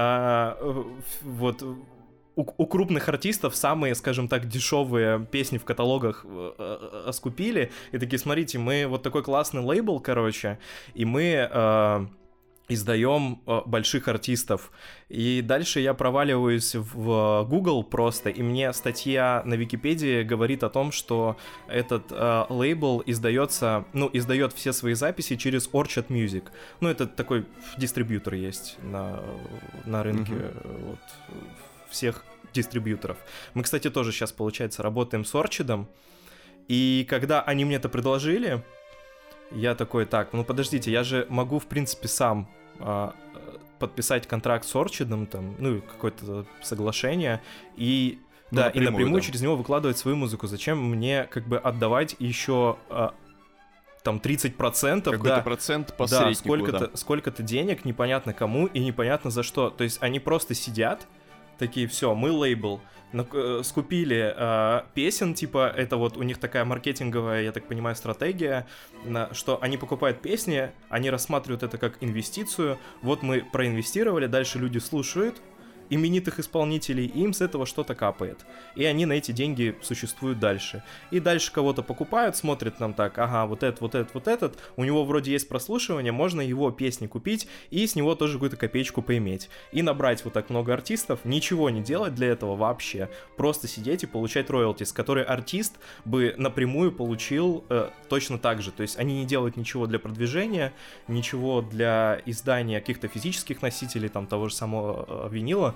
вот, у крупных артистов самые, скажем так, дешевые песни в каталогах скупили, и такие, смотрите, мы вот такой классный лейбл, короче, и мы... издаем больших артистов. И дальше я проваливаюсь в Google просто, и мне статья на Википедии говорит о том, что этот лейбл издает все свои записи через Orchard Music. Ну, это такой дистрибьютор есть на рынке вот, всех дистрибьюторов. Мы, кстати, тоже сейчас, получается, работаем с Orchard'ом, и когда они мне это предложили, я такой, так, ну подождите, я же могу, в принципе, сам подписать контракт с Orchard'ом, там, ну, какое-то соглашение, и, ну, да, и напрямую через него выкладывать свою музыку. Зачем мне, как бы, отдавать еще там 30%? Какой-то процент посреднику, да, сколько-то денег, непонятно кому и непонятно за что. То есть они просто сидят, такие, все, мы лейбл, скупили песен, типа, это вот у них такая маркетинговая, я так понимаю, стратегия, что они покупают песни, они рассматривают это как инвестицию, вот мы проинвестировали, дальше люди слушают именитых исполнителей, и им с этого что-то капает. И они на эти деньги существуют дальше. И дальше кого-то покупают, смотрят нам так, ага, вот этот, у него вроде есть прослушивание, можно его песни купить и с него тоже какую-то копеечку поиметь. И набрать вот так много артистов, ничего не делать для этого вообще, просто сидеть и получать роялтис, который артист бы напрямую получил точно так же. То есть они не делают ничего для продвижения, ничего для издания каких-то физических носителей, там того же самого винила,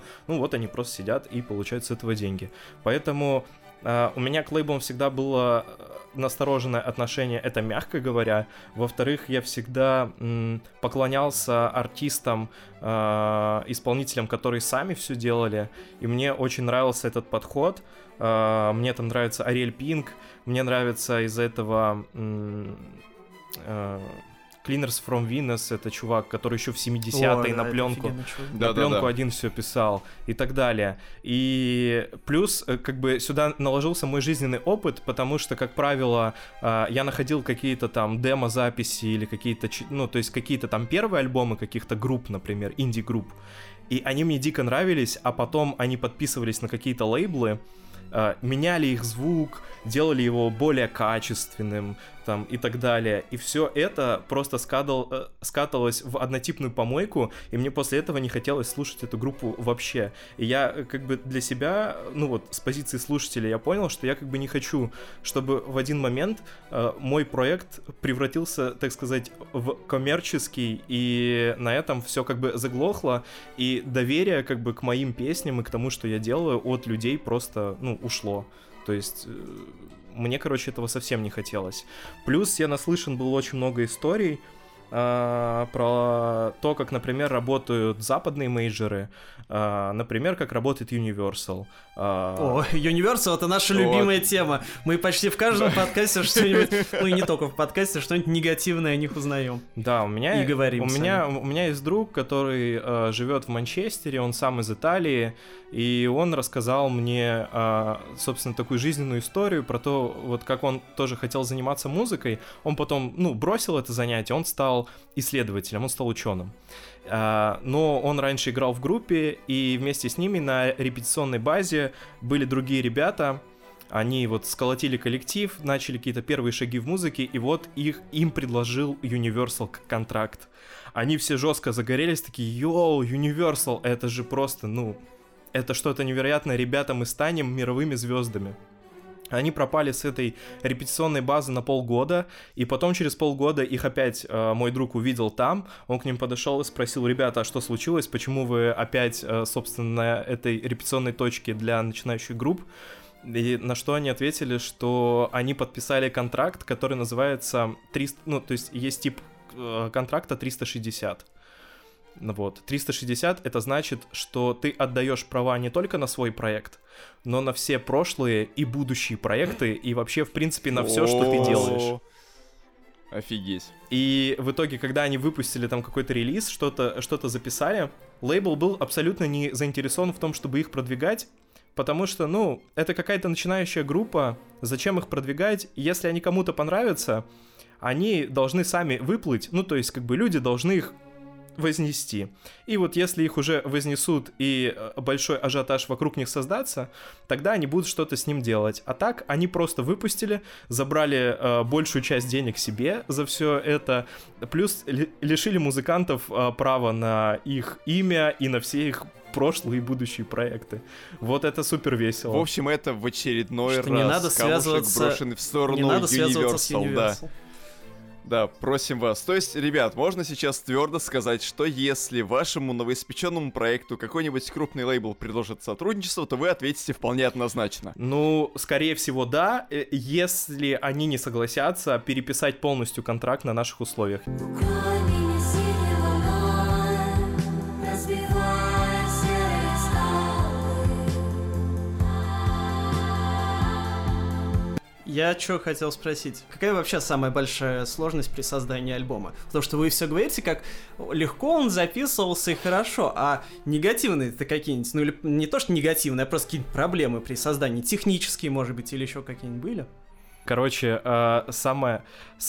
ну вот они просто сидят и получают с этого деньги. Поэтому у меня к лейблам всегда было настороженное отношение, это мягко говоря. Во-вторых, я всегда поклонялся артистам, исполнителям, которые сами все делали, и мне очень нравился этот подход. Мне там нравится Ариэль Пинк, мне нравится из-за этого Cleaners from Venus, это чувак, который еще в 70-е на пленку, один все писал и так далее. И плюс, как бы, сюда наложился мой жизненный опыт, потому что, как правило, я находил какие-то там демо-записи или какие-то, ну, то есть какие-то там первые альбомы каких-то групп, например, инди-групп, и они мне дико нравились, а потом они подписывались на какие-то лейблы, меняли их звук, делали его более качественным там, и так далее. И все это просто скатывалось в однотипную помойку, и мне после этого не хотелось слушать эту группу вообще. И я как бы для себя, ну вот с позиции слушателя я понял, что я как бы не хочу, чтобы в один момент мой проект превратился, так сказать, в коммерческий, и на этом все как бы заглохло, и доверие как бы к моим песням и к тому, что я делаю, от людей просто, ну, ушло. То есть мне, короче, этого совсем не хотелось. Плюс я наслышан был очень много историй про то, как, например, работают западные мейджоры, например, как работает Universal. О, Universal — это наша любимая тема. Мы почти в каждом подкасте что-нибудь, ну и не только в подкасте, что-нибудь негативное о них узнаем. Да, у меня у меня есть друг, который живет в Манчестере, он сам из Италии, и он рассказал мне, собственно, такую жизненную историю про то, вот как он тоже хотел заниматься музыкой. Он потом, ну, бросил это занятие, он стал исследователем, он стал ученым. Но он раньше играл в группе, и вместе с ними на репетиционной базе были другие ребята. Они вот сколотили коллектив, начали какие-то первые шаги в музыке, и вот им предложил Universal контракт. Они все жестко загорелись, такие: йоу, Universal, это же просто, ну, это что-то невероятное, ребята, мы станем мировыми звездами. Они пропали с этой репетиционной базы на полгода, и потом через полгода их опять мой друг увидел там, он к ним подошел и спросил: ребята, а что случилось, почему вы опять, собственно, на этой репетиционной точке для начинающих групп? И на что они ответили, что они подписали контракт, который называется 300, ну, то есть есть тип контракта 360. Вот. 360 — это значит, что ты отдаешь права не только на свой проект, но на все прошлые и будущие проекты, и вообще, в принципе, на все, что ты делаешь. Офигеть. И в итоге, когда они выпустили там какой-то релиз, что-то записали, лейбл был абсолютно не заинтересован в том, чтобы их продвигать, потому что, ну, это какая-то начинающая группа, зачем их продвигать? Если они кому-то понравятся, они должны сами выплыть, ну, то есть, как бы, люди должны их вознести. И вот если их уже вознесут и большой ажиотаж вокруг них создаться, тогда они будут что-то с ним делать. А так они просто выпустили, забрали большую часть денег себе за все это, плюс лишили музыкантов права на их имя и на все их прошлые и будущие проекты. Вот это супер весело. В общем, это в очередной раз не надо камушек брошенный в сторону не надо связываться с Universal, да. Да, просим вас. То есть, ребят, можно сейчас твердо сказать, что если вашему новоиспеченному проекту какой-нибудь крупный лейбл предложит сотрудничество, то вы ответите вполне однозначно. Ну, скорее всего, да, если они не согласятся переписать полностью контракт на наших условиях. Я что хотел спросить, какая вообще самая большая сложность при создании альбома? Потому что вы все говорите, как легко он записывался и хорошо, а негативные-то какие-нибудь, ну или не то, что негативные, а просто какие-нибудь проблемы при создании, технические, может быть, или еще какие-нибудь были? Короче, самая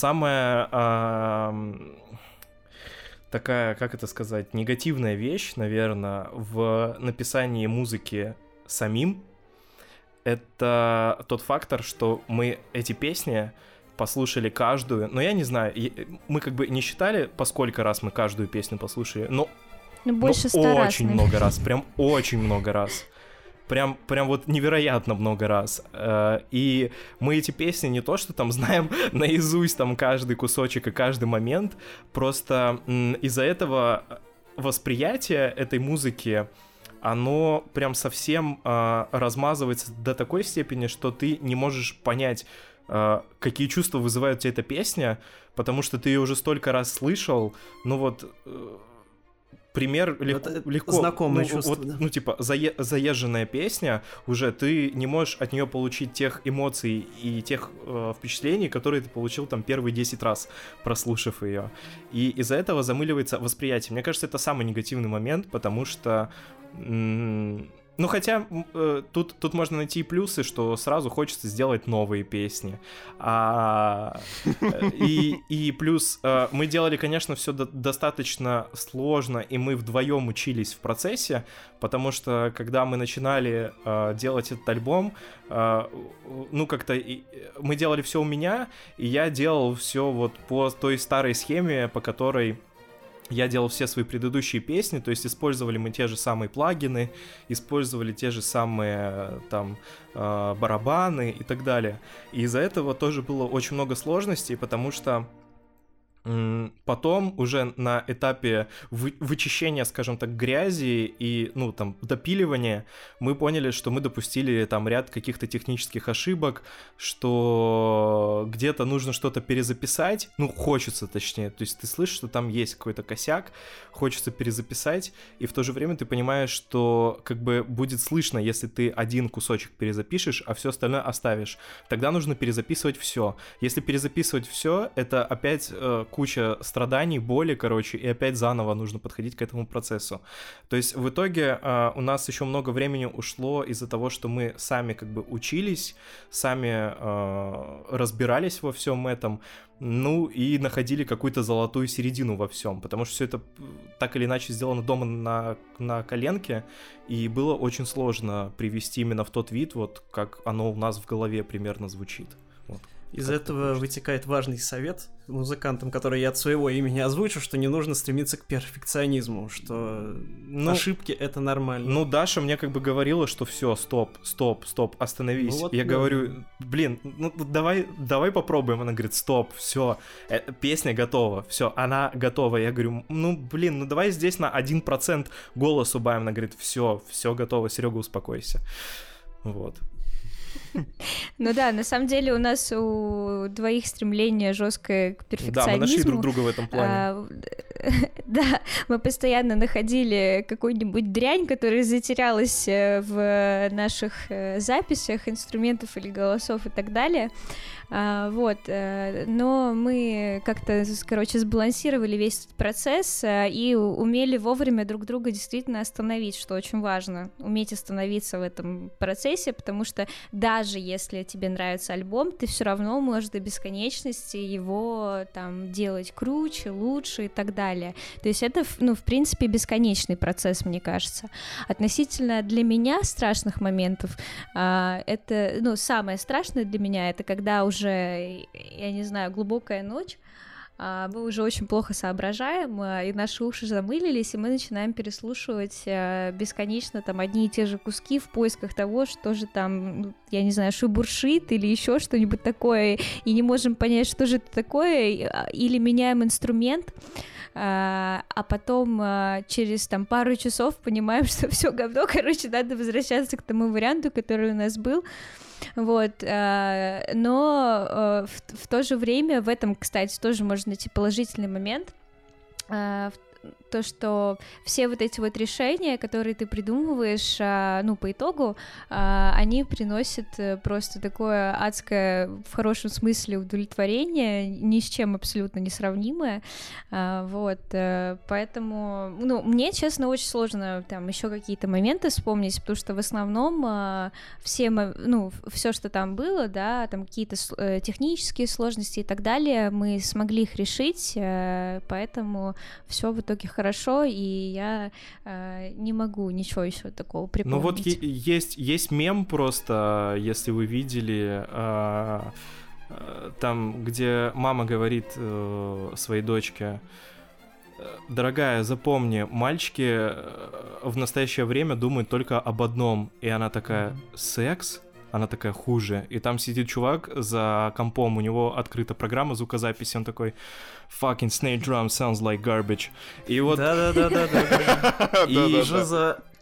такая, как это сказать, негативная вещь, наверное, в написании музыки самим, это тот фактор, что мы эти песни послушали каждую, но я не знаю, мы как бы не считали, по сколько раз мы каждую песню послушали, но больше 100 раз. Очень много раз, прям очень много раз. Прям вот невероятно много раз. И мы эти песни не то, что там знаем наизусть там каждый кусочек и каждый момент, просто из-за этого восприятие этой музыки, оно прям совсем размазывается до такой степени, что ты не можешь понять, какие чувства вызывает тебе эта песня, потому что ты ее уже столько раз слышал. Ну вот, пример легко. Знакомое чувство, вот, да. Ну, типа, заезженная песня, уже ты не можешь от нее получить тех эмоций и тех впечатлений, которые ты получил там первые 10 раз, прослушав ее. И из-за этого замыливается восприятие. Мне кажется, это самый негативный момент, потому что... Ну, хотя тут можно найти и плюсы, что сразу хочется сделать новые песни. И плюс мы делали, конечно, все достаточно сложно, и мы вдвоем учились в процессе, потому что, когда мы начинали делать этот альбом, ну, как-то мы делали все у меня, и я делал все вот по той старой схеме, по которой... Я делал все свои предыдущие песни, то есть использовали мы те же самые плагины, использовали те же самые там барабаны и так далее. И из-за этого тоже было очень много сложностей, потому что потом уже на этапе вычищения, скажем так, грязи и, ну, там, допиливания, мы поняли, что мы допустили там ряд каких-то технических ошибок, что где-то нужно что-то перезаписать, ну, хочется, точнее, то есть ты слышишь, что там есть какой-то косяк, хочется перезаписать, и в то же время ты понимаешь, что как бы будет слышно, если ты один кусочек перезапишешь, а все остальное оставишь. Тогда нужно перезаписывать все. Если перезаписывать все, это опять куча страданий, боли, короче, и опять заново нужно подходить к этому процессу. То есть в итоге у нас еще много времени ушло из-за того, что мы сами как бы учились, сами разбирались во всем этом, ну и находили какую-то золотую середину во всем, потому что все это так или иначе сделано дома на коленке, и было очень сложно привести именно в тот вид, вот как оно у нас в голове примерно звучит. Вот. Из этого вытекает важный совет музыкантам, который я от своего имени озвучу, что не нужно стремиться к перфекционизму, что ошибки — это нормально. Ну, Даша мне как бы говорила, что все, стоп, остановись. Ну, вот, я говорю, блин, ну давай попробуем. Она говорит, стоп, все, песня готова, все, она готова. Я говорю, ну, блин, ну давай здесь на 1% голос убавим. Она говорит, все готово, Серега, успокойся. Вот. Ну да, на самом деле у нас у двоих стремление жесткое к перфекционизму. Да, мы нашли друг друга в этом плане. Да, мы постоянно находили какую-нибудь дрянь, которая затерялась в наших записях, инструментов или голосов и так далее. Вот, но мы как-то, короче, сбалансировали весь этот процесс и умели вовремя друг друга действительно остановить, что очень важно, уметь остановиться в этом процессе, потому что даже если тебе нравится альбом, ты все равно можешь до бесконечности его там делать круче, лучше и так далее. То есть это, ну, в принципе, бесконечный процесс, мне кажется. Относительно для меня страшных моментов, это, ну, самое страшное для меня, это когда уже, я не знаю, глубокая ночь, мы уже очень плохо соображаем, и наши уши замылились, и мы начинаем переслушивать бесконечно там одни и те же куски в поисках того, что же там, я не знаю, шебуршит или еще что-нибудь такое, и не можем понять, что же это такое, или меняем инструмент, а потом через там пару часов понимаем, что все говно, короче, надо возвращаться к тому варианту, который у нас был. Вот, но в то же время в этом, кстати, тоже можно найти положительный момент, то, что все вот эти вот решения, которые ты придумываешь, ну, по итогу, они приносят просто такое адское, в хорошем смысле, удовлетворение, ни с чем абсолютно несравнимое, вот, поэтому, ну, мне, честно, очень сложно там еще какие-то моменты вспомнить, потому что в основном все, ну, все, что там было, да, там какие-то технические сложности и так далее, мы смогли их решить, поэтому все в итоге хорошо, и я не могу ничего еще такого припомнить. Ну вот есть мем просто, если вы видели, там, где мама говорит своей дочке: дорогая, запомни, мальчики в настоящее время думают только об одном, и она такая: секс? Она такая: хуже. И там сидит чувак за компом, у него открыта программа звукозаписи, он такой: fucking snare drum sounds like garbage. И вот... Да. И уже за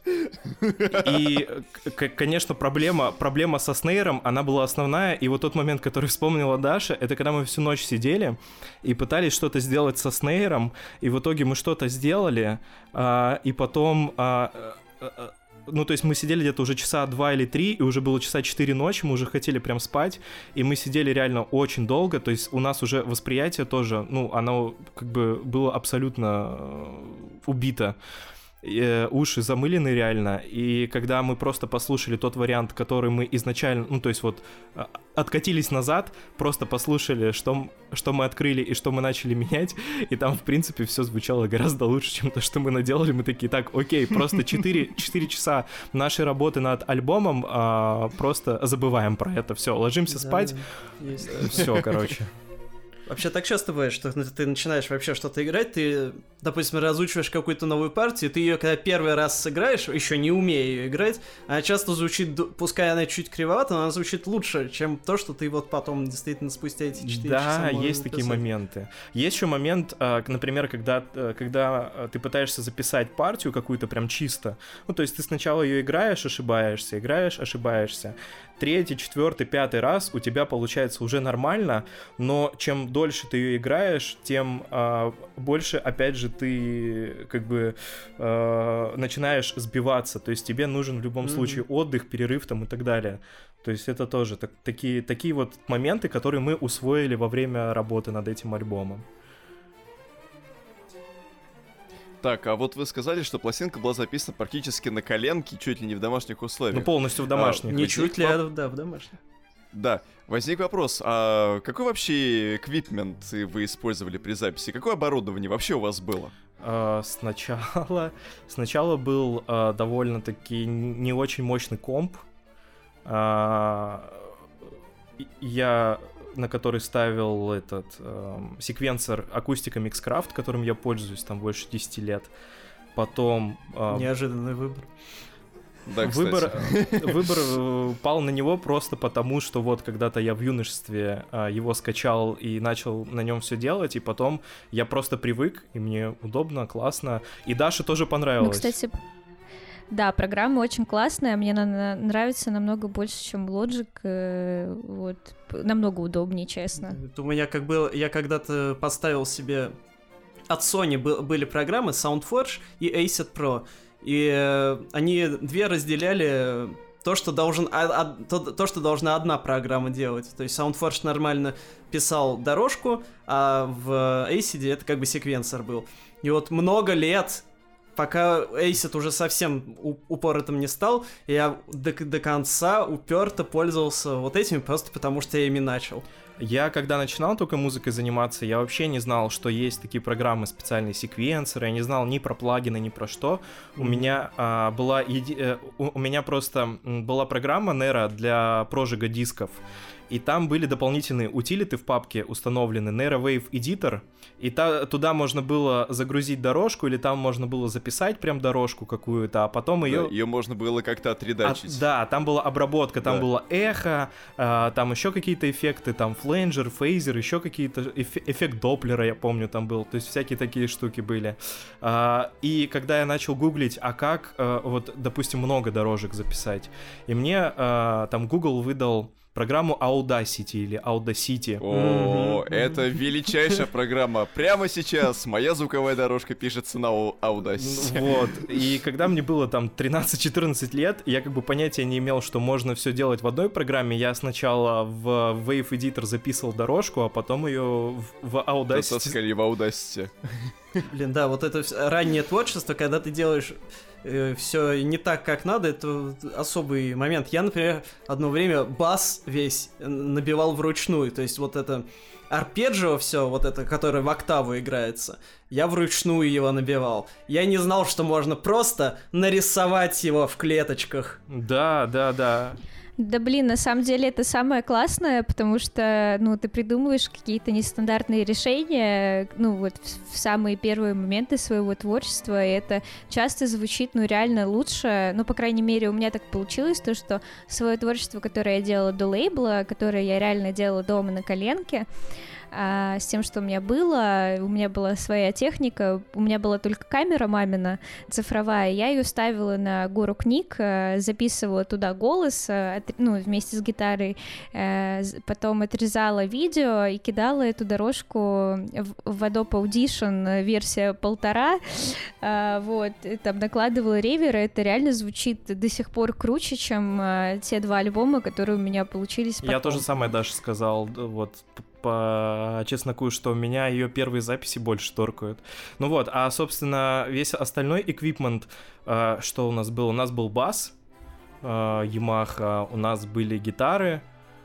И, конечно, проблема со снейром, она была основная, и вот тот момент, который вспомнила Даша, это когда мы всю ночь сидели и пытались что-то сделать со снейром, и в итоге мы что-то сделали, и потом... Ну, то есть мы сидели где-то уже часа 2 или 3, и уже было часа 4 ночи, мы уже хотели прям спать, и мы сидели реально очень долго, то есть у нас уже восприятие тоже, ну, оно как бы было абсолютно убито. Уши замылены реально, и когда мы просто послушали тот вариант, который мы изначально, ну, то есть вот откатились назад, просто послушали, что мы открыли и что мы начали менять, и там, в принципе, все звучало гораздо лучше, чем то, что мы наделали. Мы такие, так, окей, просто 4 часа нашей работы над альбомом, просто забываем про это, все, ложимся спать, все, короче. Вообще так часто бывает, что ты начинаешь вообще что-то играть, ты, допустим, разучиваешь какую-то новую партию, ты ее когда первый раз сыграешь, еще не умея ее играть, она часто звучит, пускай она чуть кривовата, но она звучит лучше, чем то, что ты вот потом действительно спустя эти 4 часа Да, есть такие моменты. Есть еще момент, например, когда ты пытаешься записать партию какую-то прям чисто, ну, то есть ты сначала ее играешь, ошибаешься. 3-й, 4-й, 5-й раз у тебя получается уже нормально, но чем дольше ты ее играешь, тем больше, опять же, ты как бы начинаешь сбиваться, то есть тебе нужен в любом случае отдых, перерыв там и так далее. То есть это тоже такие вот моменты, которые мы усвоили во время работы над этим альбомом. Так, а вот вы сказали, что пластинка была записана практически на коленке, чуть ли не в домашних условиях. Ну, полностью в домашних. Не чуть ли, да, в домашних. Да, возник вопрос, а какой вообще эквипмент вы использовали при записи? Какое оборудование вообще у вас было? Сначала был довольно-таки не очень мощный комп. На который ставил этот секвенсор акустика Mixcraft, которым я пользуюсь там больше 10 лет. Потом... Неожиданный выбор. Да, Выбор пал на него просто потому, что вот когда-то я в юношестве его скачал и начал на нем все делать, и потом я просто привык, и мне удобно, классно. И Даше тоже понравилось. Ну, кстати... Да, программа очень классная, мне она нравится намного больше, чем Logic, вот, намного удобнее, честно. У меня как было, я когда-то поставил себе, от Sony были программы SoundForge и Acid Pro, и они две разделяли то, что должна одна программа делать, то есть SoundForge нормально писал дорожку, а в Acid это как бы секвенсор был, и вот много лет... Пока Acid уже совсем упоротым не стал, я до конца уперто пользовался вот этими, просто потому что я ими начал. Я, когда начинал только музыкой заниматься, я вообще не знал, что есть такие программы, специальные секвенсоры, я не знал ни про плагины, ни про что. У меня просто была программа Nero для прожига дисков, и там были дополнительные утилиты в папке установлены, Nero Wave Editor, и туда можно было загрузить дорожку, или там можно было записать прям дорожку какую-то, а потом ее... Да, ее можно было как-то отредачить. Да, там была обработка, там было эхо, там еще какие-то эффекты, там фленджер, фейзер, еще какие-то... Эффект Доплера, я помню, там был, то есть всякие такие штуки были. И когда я начал гуглить, а как, вот, допустим, много дорожек записать, и мне там Google выдал программу Audacity или Audacity. О, это величайшая программа. Прямо сейчас моя звуковая дорожка пишется на Audacity. Вот. И когда мне было там 13-14 лет, я как бы понятия не имел, что можно все делать в одной программе. Я сначала в Wave Editor записывал дорожку, а потом ее в Audacity. Таскали в Audacity. Блин, да, вот это раннее творчество, когда ты делаешь все не так, как надо, это особый момент. Я, например, одно время бас весь набивал вручную, то есть вот это арпеджио все, вот это, которое в октаву играется, я вручную его набивал. Я не знал, что можно просто нарисовать его в клеточках. Да. Да блин, на самом деле это самое классное, потому что, ну, ты придумываешь какие-то нестандартные решения, ну, вот в самые первые моменты своего творчества, и это часто звучит, ну, реально лучше, ну, по крайней мере, у меня так получилось, то, что свое творчество, которое я делала до лейбла, которое я реально делала дома на коленке, с тем, что у меня было. У меня была своя техника, у меня была только камера мамина цифровая, я ее ставила на гору книг, записывала туда голос, вместе с гитарой, потом отрезала видео и кидала эту дорожку в Adobe Audition версия 1.5, вот, и там накладывала реверы, это реально звучит до сих пор круче, чем те 2 альбома, которые у меня получились потом. Я тоже самое Даша сказал, вот, по чесноку, что меня ее первые записи больше торкают. Ну вот, а, собственно, весь остальной эквипмент, что у нас был? У нас был бас, Yamaha, у нас были гитары,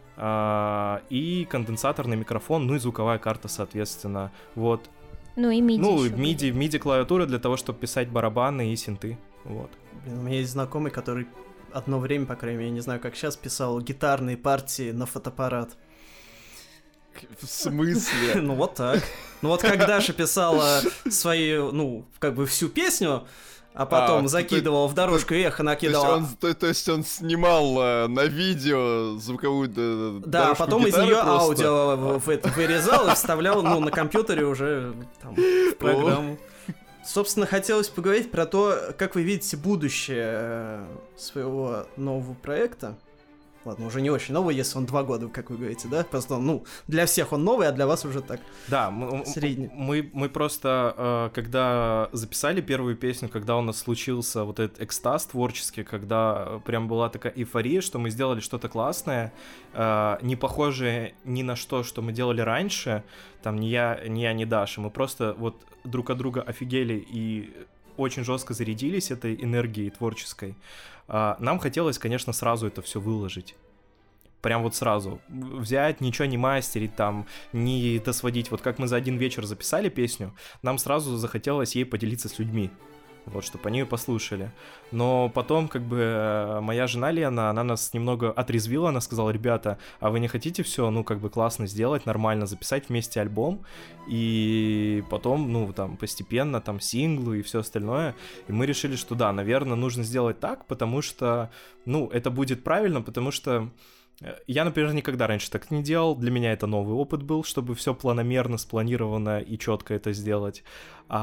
и конденсаторный микрофон, ну и звуковая карта, соответственно, вот. Ну и MIDI. Ну, MIDI клавиатура для того, чтобы писать барабаны и синты, вот. Блин, у меня есть знакомый, который одно время, по крайней мере, я не знаю, как сейчас, писал гитарные партии на фотоаппарат. В смысле? Ну вот так. Ну вот как Даша писала свою, всю песню, а потом закидывал в дорожку эхо, накидывал. То есть он снимал на видео звуковую дорожку. Да, а потом из нее просто аудио вырезал и вставлял, на компьютере уже там, в программу. Собственно, хотелось поговорить про то, как вы видите будущее своего нового проекта. Ладно, уже не очень новый, если он 2 года, как вы говорите, да? Просто, для всех он новый, а для вас уже так. Да, средний. Мы просто, когда записали первую песню, когда у нас случился вот этот экстаз творческий, когда прям была такая эйфория, что мы сделали что-то классное, не похожее ни на что мы делали раньше, там ни я, ни Даша, мы просто вот друг от друга офигели и очень жестко зарядились этой энергией творческой. Нам хотелось, конечно, сразу это все выложить. Прям вот сразу. Взять, ничего не мастерить, там, не досводить. Вот как мы за один вечер записали песню, нам сразу захотелось ей поделиться с людьми. Вот, чтобы они ее послушали. Но потом, моя жена Лена, она нас немного отрезвила, она сказала: ребята, а вы не хотите все, классно сделать, нормально записать вместе альбом, и потом, постепенно, синглы и все остальное. И мы решили, что да, наверное, нужно сделать так, потому что, это будет правильно, потому что я, например, никогда раньше так не делал. Для меня это новый опыт был, чтобы все планомерно, спланировано и четко это сделать. И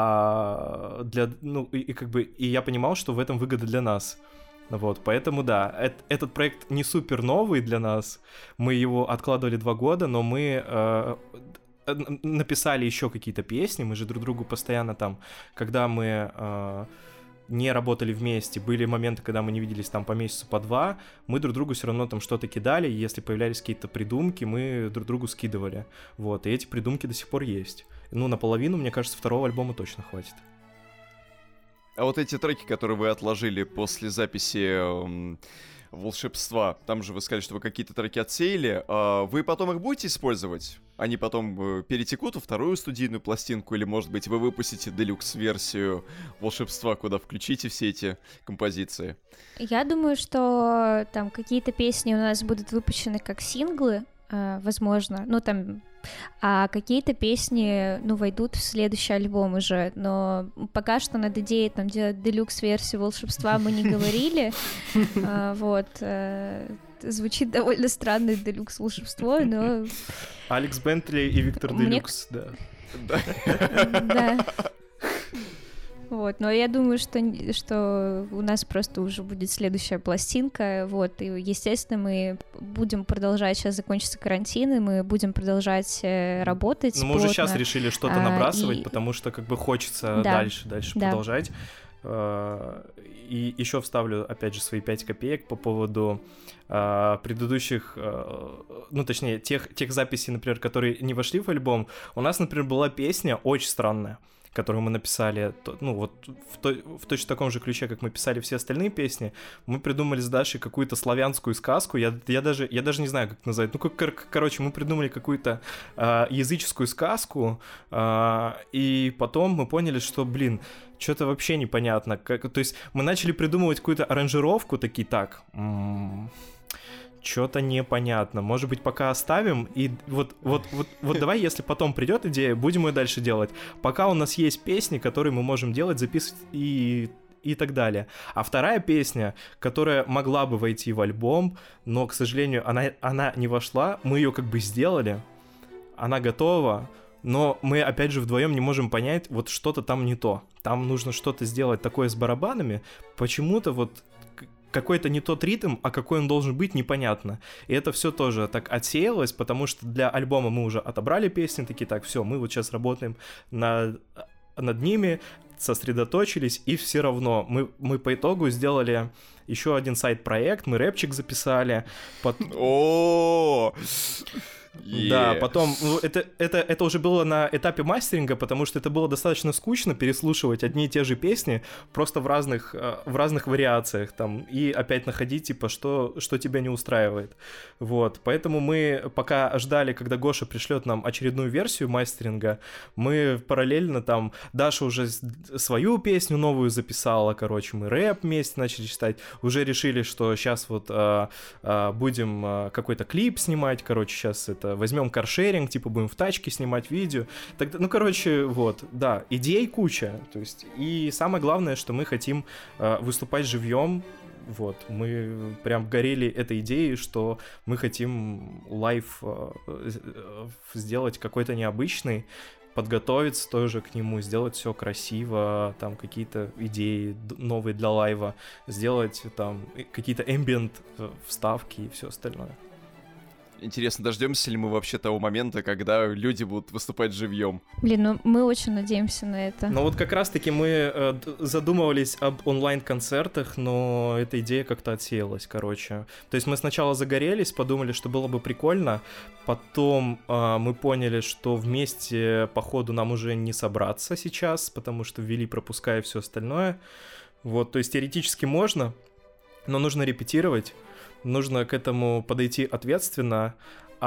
я понимал, что в этом выгода для нас. Вот, поэтому да, этот проект не супер новый для нас. Мы его откладывали 2 года, но мы написали еще какие-то песни. Мы же друг другу постоянно когда мы не работали вместе, были моменты, когда мы не виделись по месяцу, по 2, мы друг другу все равно что-то кидали, и если появлялись какие-то придумки, мы друг другу скидывали, вот, и эти придумки до сих пор есть. Наполовину, мне кажется, 2-го альбома точно хватит. А вот эти треки, которые вы отложили после записи волшебства, там же вы сказали, что вы какие-то треки отсеяли, вы потом их будете использовать? Они потом перетекут во 2-ю студийную пластинку, или, может быть, вы выпустите делюкс-версию волшебства, куда включите все эти композиции? Я думаю, что там какие-то песни у нас будут выпущены как синглы, возможно, а какие-то песни, войдут в следующий альбом уже, но пока что над идеей делать делюкс-версию волшебства мы не говорили, вот, звучит довольно странно, делюкс волшебство, но... Алекс Бентли и Виктор Делюкс, да. Да. Вот, но я думаю, что у нас просто уже будет следующая пластинка, вот, и, естественно, мы будем продолжать, сейчас закончится карантин, и мы будем продолжать работать. Мы уже сейчас решили что-то набрасывать, потому что хочется дальше продолжать. И еще вставлю, опять же, свои 5 копеек по поводу предыдущих, точнее, тех записей, например, которые не вошли в альбом. У нас, например, была песня очень странная, которую мы написали, в точно таком же ключе, как мы писали все остальные песни. Мы придумали с Дашей какую-то славянскую сказку, я даже не знаю, как назвать. Короче, мы придумали какую-то языческую сказку, и потом мы поняли, что, что-то вообще непонятно. То есть мы начали придумывать какую-то аранжировку, что-то непонятно. Может быть, пока оставим, и вот давай, если потом придет идея, будем ее дальше делать. Пока у нас есть песни, которые мы можем делать, записывать и так далее. А 2-я песня, которая могла бы войти в альбом, но, к сожалению, она не вошла, мы ее сделали, она готова, но мы, опять же, вдвоем не можем понять, вот что-то там не то. Там нужно что-то сделать такое с барабанами, почему-то вот какой-то не тот ритм, а какой он должен быть, непонятно. И это все тоже так отсеялось, потому что для альбома мы уже отобрали песни, такие, так, все, мы вот сейчас работаем над ними, сосредоточились, и все равно мы по итогу сделали еще один сайт-проект, мы рэпчик записали. О, Да, потом, ну, это уже было на этапе мастеринга, потому что это было достаточно скучно переслушивать одни и те же песни, просто в разных вариациях, там, и опять находить, типа, что тебя не устраивает. Вот, поэтому мы пока ждали, когда Гоша пришлет нам очередную версию мастеринга, мы параллельно там, Даша уже свою песню новую записала, короче, мы рэп вместе начали читать, уже решили, что сейчас вот будем какой-то клип снимать, короче, сейчас это возьмем каршеринг, типа будем в тачке снимать видео. Тогда, ну, короче, вот, да, идей куча. То есть, и самое главное, что мы хотим выступать живьем. Вот, мы прям горели этой идеей, что мы хотим лайв сделать какой-то необычный, подготовиться тоже к нему, сделать все красиво, там какие-то идеи новые для лайва, сделать там какие-то ambient вставки и все остальное. Интересно, дождемся ли мы вообще того момента, когда люди будут выступать живьем? Блин, ну мы очень надеемся на это. Ну вот как раз-таки мы задумывались об онлайн-концертах, но эта идея как-то отсеялась, короче. То есть мы сначала загорелись, подумали, что было бы прикольно, потом мы поняли, что вместе, походу, нам уже не собраться сейчас, потому что ввели пропуска и все остальное. Вот, то есть теоретически можно, но нужно репетировать. Нужно к этому подойти ответственно,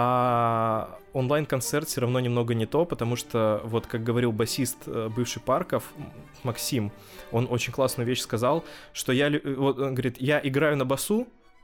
а онлайн-концерт все равно немного не то, потому что, вот как говорил басист бывший Парков, Максим, он очень классную вещь сказал, что вот, он говорит, я играю на басу,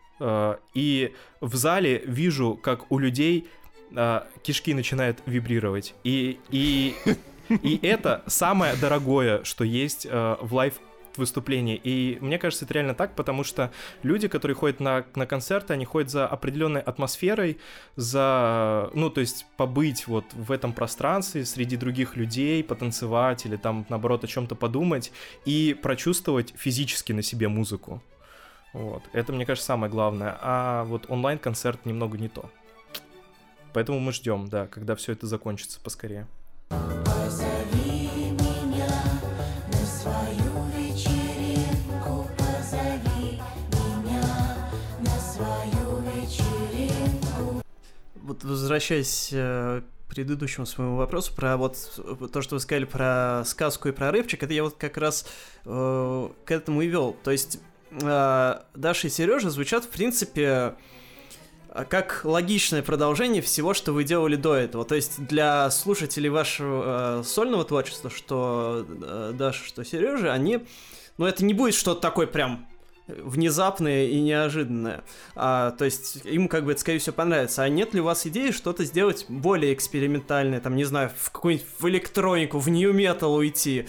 и в зале вижу, как у людей кишки начинают вибрировать, и это самое дорогое, что есть в лайв выступлений. И мне кажется, это реально так, потому что люди, которые ходят на концерты, они ходят за определенной атмосферой, за, ну, то есть побыть вот в этом пространстве среди других людей, потанцевать или там, наоборот, о чем-то подумать и прочувствовать физически на себе музыку. Вот. Это, мне кажется, самое главное. А вот онлайн-концерт немного не то. Поэтому мы ждем, да, когда все это закончится поскорее. Вот возвращаясь к предыдущему своему вопросу про вот то, что вы сказали про сказку и про рэпчик, это я вот как раз к этому и вел. То есть Даша и Сережа звучат, в принципе, как логичное продолжение всего, что вы делали до этого. То есть для слушателей вашего сольного творчества, что Даша, что Сережа, они... Ну, это не будет что-то такое прям внезапное и неожиданное. То есть им как бы это, скорее всего, понравится. А нет ли у вас идеи что-то сделать более экспериментальное, там, не знаю, в какую-нибудь в электронику, в нью-метал уйти?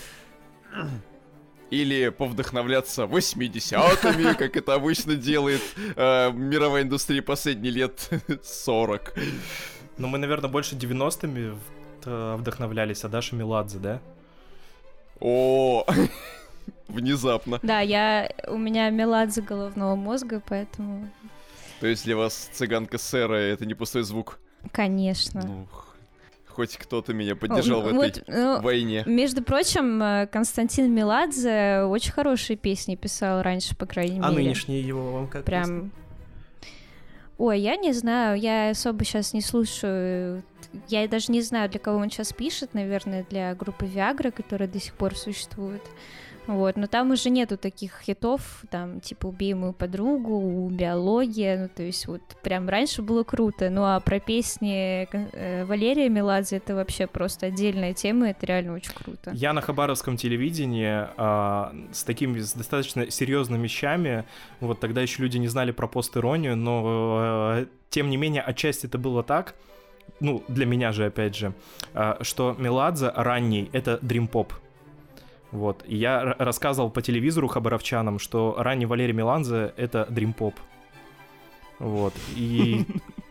Или повдохновляться 80-ми, как это обычно делает мировая индустрия последние лет 40. Ну, мы, наверное, больше 90-ми вдохновлялись, а Даша Меладзе, да? О, внезапно. Да, у меня Меладзе головного мозга, поэтому... То есть для вас цыганка Сэра — это не пустой звук? Конечно. Ну, хоть кто-то меня поддержал в этой войне. Между прочим, Константин Меладзе очень хорошие песни писал раньше, по крайней мере. А нынешние его вам как прям... Ой, я не знаю, я особо сейчас не слушаю. Я даже не знаю, для кого он сейчас пишет, наверное, для группы Viagra, которая до сих пор существует. Вот, но там уже нету таких хитов, там, типа «Убей мою подругу», «Биология», ну, то есть вот прям раньше было круто, ну, а про песни Валерия Меладзе это вообще просто отдельная тема, это реально очень круто. Я на хабаровском телевидении с достаточно серьезными вещами, вот тогда еще люди не знали про пост-иронию, но тем не менее отчасти это было так, ну, для меня же, опять же, что Меладзе ранний — это дрим-поп. Вот, и я рассказывал по телевизору хабаровчанам, что ранний Валерий Меладзе — это дрим-поп. Вот, и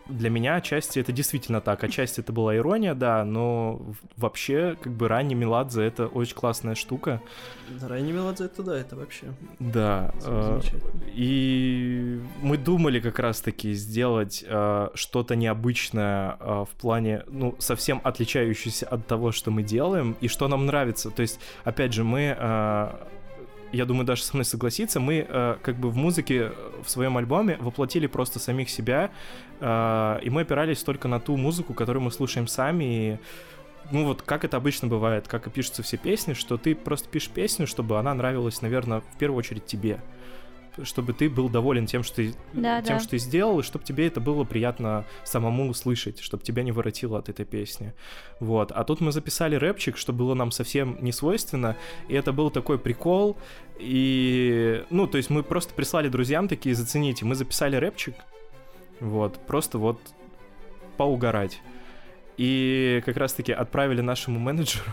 для меня отчасти это действительно так. Отчасти это была ирония, да, но вообще, как бы, ранний Меладзе — это очень классная штука. Да, ранний Меладзе — это да, это вообще Да. замечательно. И мы думали как раз-таки сделать что-то необычное в плане, ну, совсем отличающееся от того, что мы делаем, и что нам нравится. То есть, опять же, мы... я думаю, Даша со мной согласится, мы как бы в музыке в своем альбоме воплотили просто самих себя, и мы опирались только на ту музыку, которую мы слушаем сами, и, ну вот как это обычно бывает, как и пишутся все песни, что ты просто пишешь песню, чтобы она нравилась, наверное, в первую очередь тебе, чтобы ты был доволен тем, что ты сделал, и чтобы тебе это было приятно самому услышать, чтобы тебя не воротило от этой песни. Вот. А тут мы записали рэпчик, что было нам совсем не свойственно, и это был такой прикол, и, ну, то есть мы просто прислали друзьям такие: зацените, мы записали рэпчик, вот, просто вот поугарать. И как раз-таки отправили нашему менеджеру,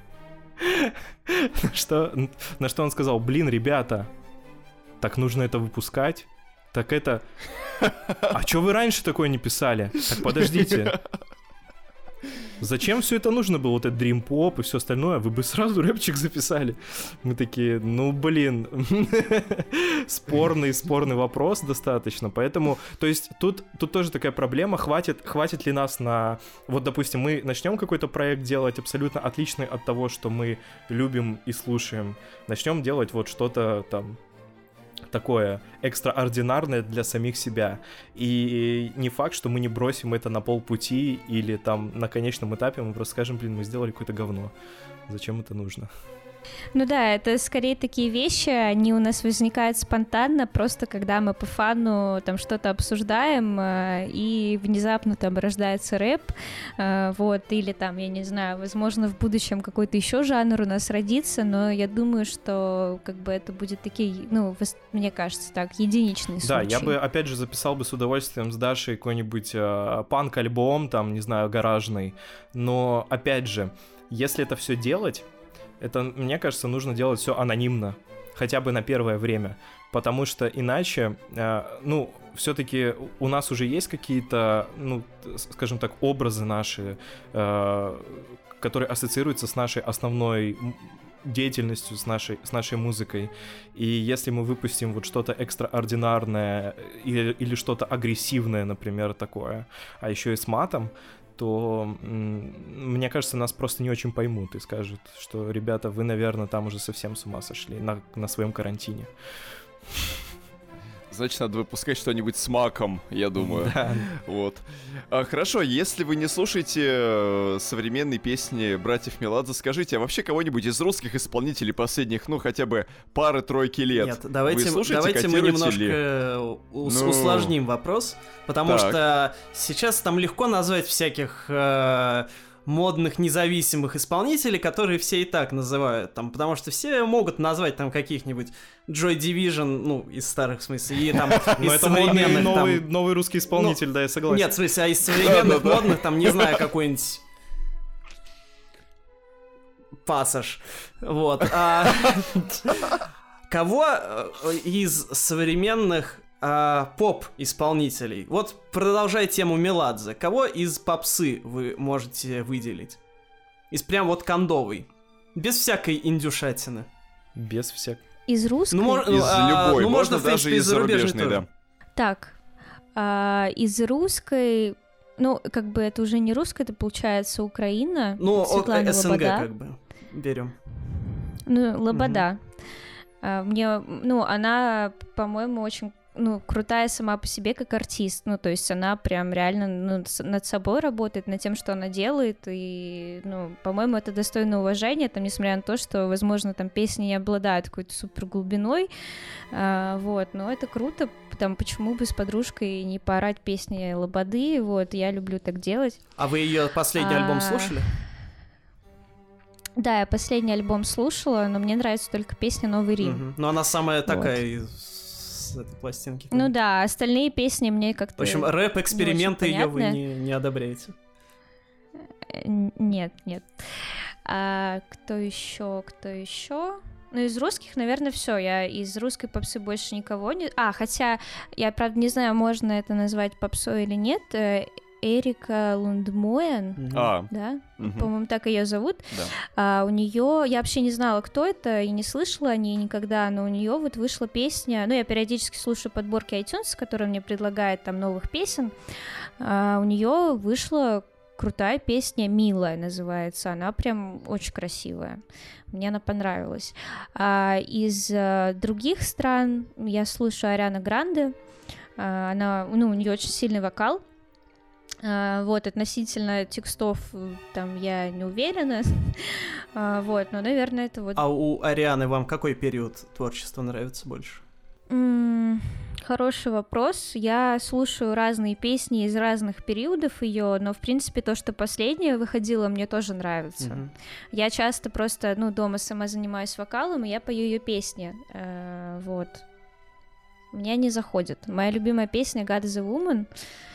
на что он сказал: блин, ребята, так нужно это выпускать, так это... А чё вы раньше такое не писали? Так подождите. Зачем все это нужно было, вот этот Dream Pop и все остальное? Вы бы сразу рэпчик записали. Мы такие, ну блин, спорный вопрос достаточно. Поэтому, то есть тут тоже такая проблема, хватит ли нас на... Вот, допустим, мы начнем какой-то проект делать абсолютно отличный от того, что мы любим и слушаем. Начнем делать вот что-то там такое экстраординарное для самих себя. И не факт, что мы не бросим это на полпути или там на конечном этапе мы просто скажем: блин, мы сделали какое-то говно. Зачем это нужно? Ну да, это скорее такие вещи, они у нас возникают спонтанно, просто когда мы по фану там что-то обсуждаем, и внезапно там рождается рэп, вот, или там, я не знаю, возможно, в будущем какой-то еще жанр у нас родится, но я думаю, что как бы это будет такие, ну, мне кажется, так, единичные случаи. Да, я бы, опять же, записал бы с удовольствием с Дашей какой-нибудь панк-альбом, там, не знаю, гаражный, но, опять же, если это все делать, это, мне кажется, нужно делать все анонимно, хотя бы на первое время, потому что иначе, ну, все-таки у нас уже есть какие-то, ну, скажем так, образы наши, которые ассоциируются с нашей основной деятельностью, с нашей музыкой. И если мы выпустим вот что-то экстраординарное или что-то агрессивное, например, такое, а еще и с матом, то, мне кажется, нас просто не очень поймут и скажут, что, ребята, вы, наверное, там уже совсем с ума сошли на своем карантине. Значит, надо выпускать что-нибудь с маком, я думаю. Да. Вот. Хорошо, если вы не слушаете современные песни братьев Меладзе, скажите, а вообще кого-нибудь из русских исполнителей последних, ну, хотя бы пары-тройки лет? Нет, давайте мы немножко усложним вопрос, потому что сейчас там легко назвать всяких... модных независимых исполнителей, которые все и так называют, там, потому что все могут назвать там каких-нибудь Joy Division, ну, из старых, в смысле, и там из современных... Новый русский исполнитель, да, я согласен. Нет, в смысле, а из современных модных, там, не знаю, какой-нибудь... Пассаж. Вот. Кого из современных поп-исполнителей. Вот, продолжая тему Меладзе, кого из попсы вы можете выделить? Из прям вот кондовой. Без всякой индюшатины. Без всякой. Из русской? Из любой, ну, можно, в принципе, даже из зарубежной, тоже. да. Так, из русской... Ну, как бы это уже не русская, это получается Украина. Ну, Светлана СНГ Лобода. как бы берем. Ну, Лобода. Мне, ну, она, по-моему, очень... ну, крутая сама по себе как артист, ну, то есть она прям реально, ну, над собой работает, над тем, что она делает, и, ну, по-моему, это достойно уважения, там, несмотря на то, что, возможно, там песни не обладают какой-то супер глубиной, вот, но это круто, там, почему бы с подружкой не поорать песни Лободы, вот, я люблю так делать. А вы ее последний альбом слушали? Да, я последний альбом слушала, но мне нравится только песня «Новый Рим». Но она самая такая из этой пластинки. Ну да, остальные песни мне как-то... В общем, рэп-эксперименты ее вы не одобряете? Нет. А кто еще? Ну, из русских, наверное, все. Я из русской попсы больше никого не... хотя, я, правда, не знаю, можно это назвать попсой или нет. Эрика Лундмоен, да? По-моему, так ее зовут. Да. У нее, я вообще не знала, кто это, и не слышала о ней никогда, но у нее вот вышла песня, ну, я периодически слушаю подборки iTunes, которые мне предлагают там новых песен, у нее вышла крутая песня, «Милая» называется, она прям очень красивая, мне она понравилась. Из других стран я слушаю Ариану Гранде, она, у нее очень сильный вокал, вот, относительно текстов там я не уверена, вот, но, наверное, это вот... А у Арианы вам какой период творчества нравится больше? Хороший вопрос. Я слушаю разные песни из разных периодов ее, но, в принципе, то, что последнее выходило, мне тоже нравится. Я часто просто, дома сама занимаюсь вокалом, и я пою ее песни, вот. Мне не заходит. Моя любимая песня «God is a Woman»,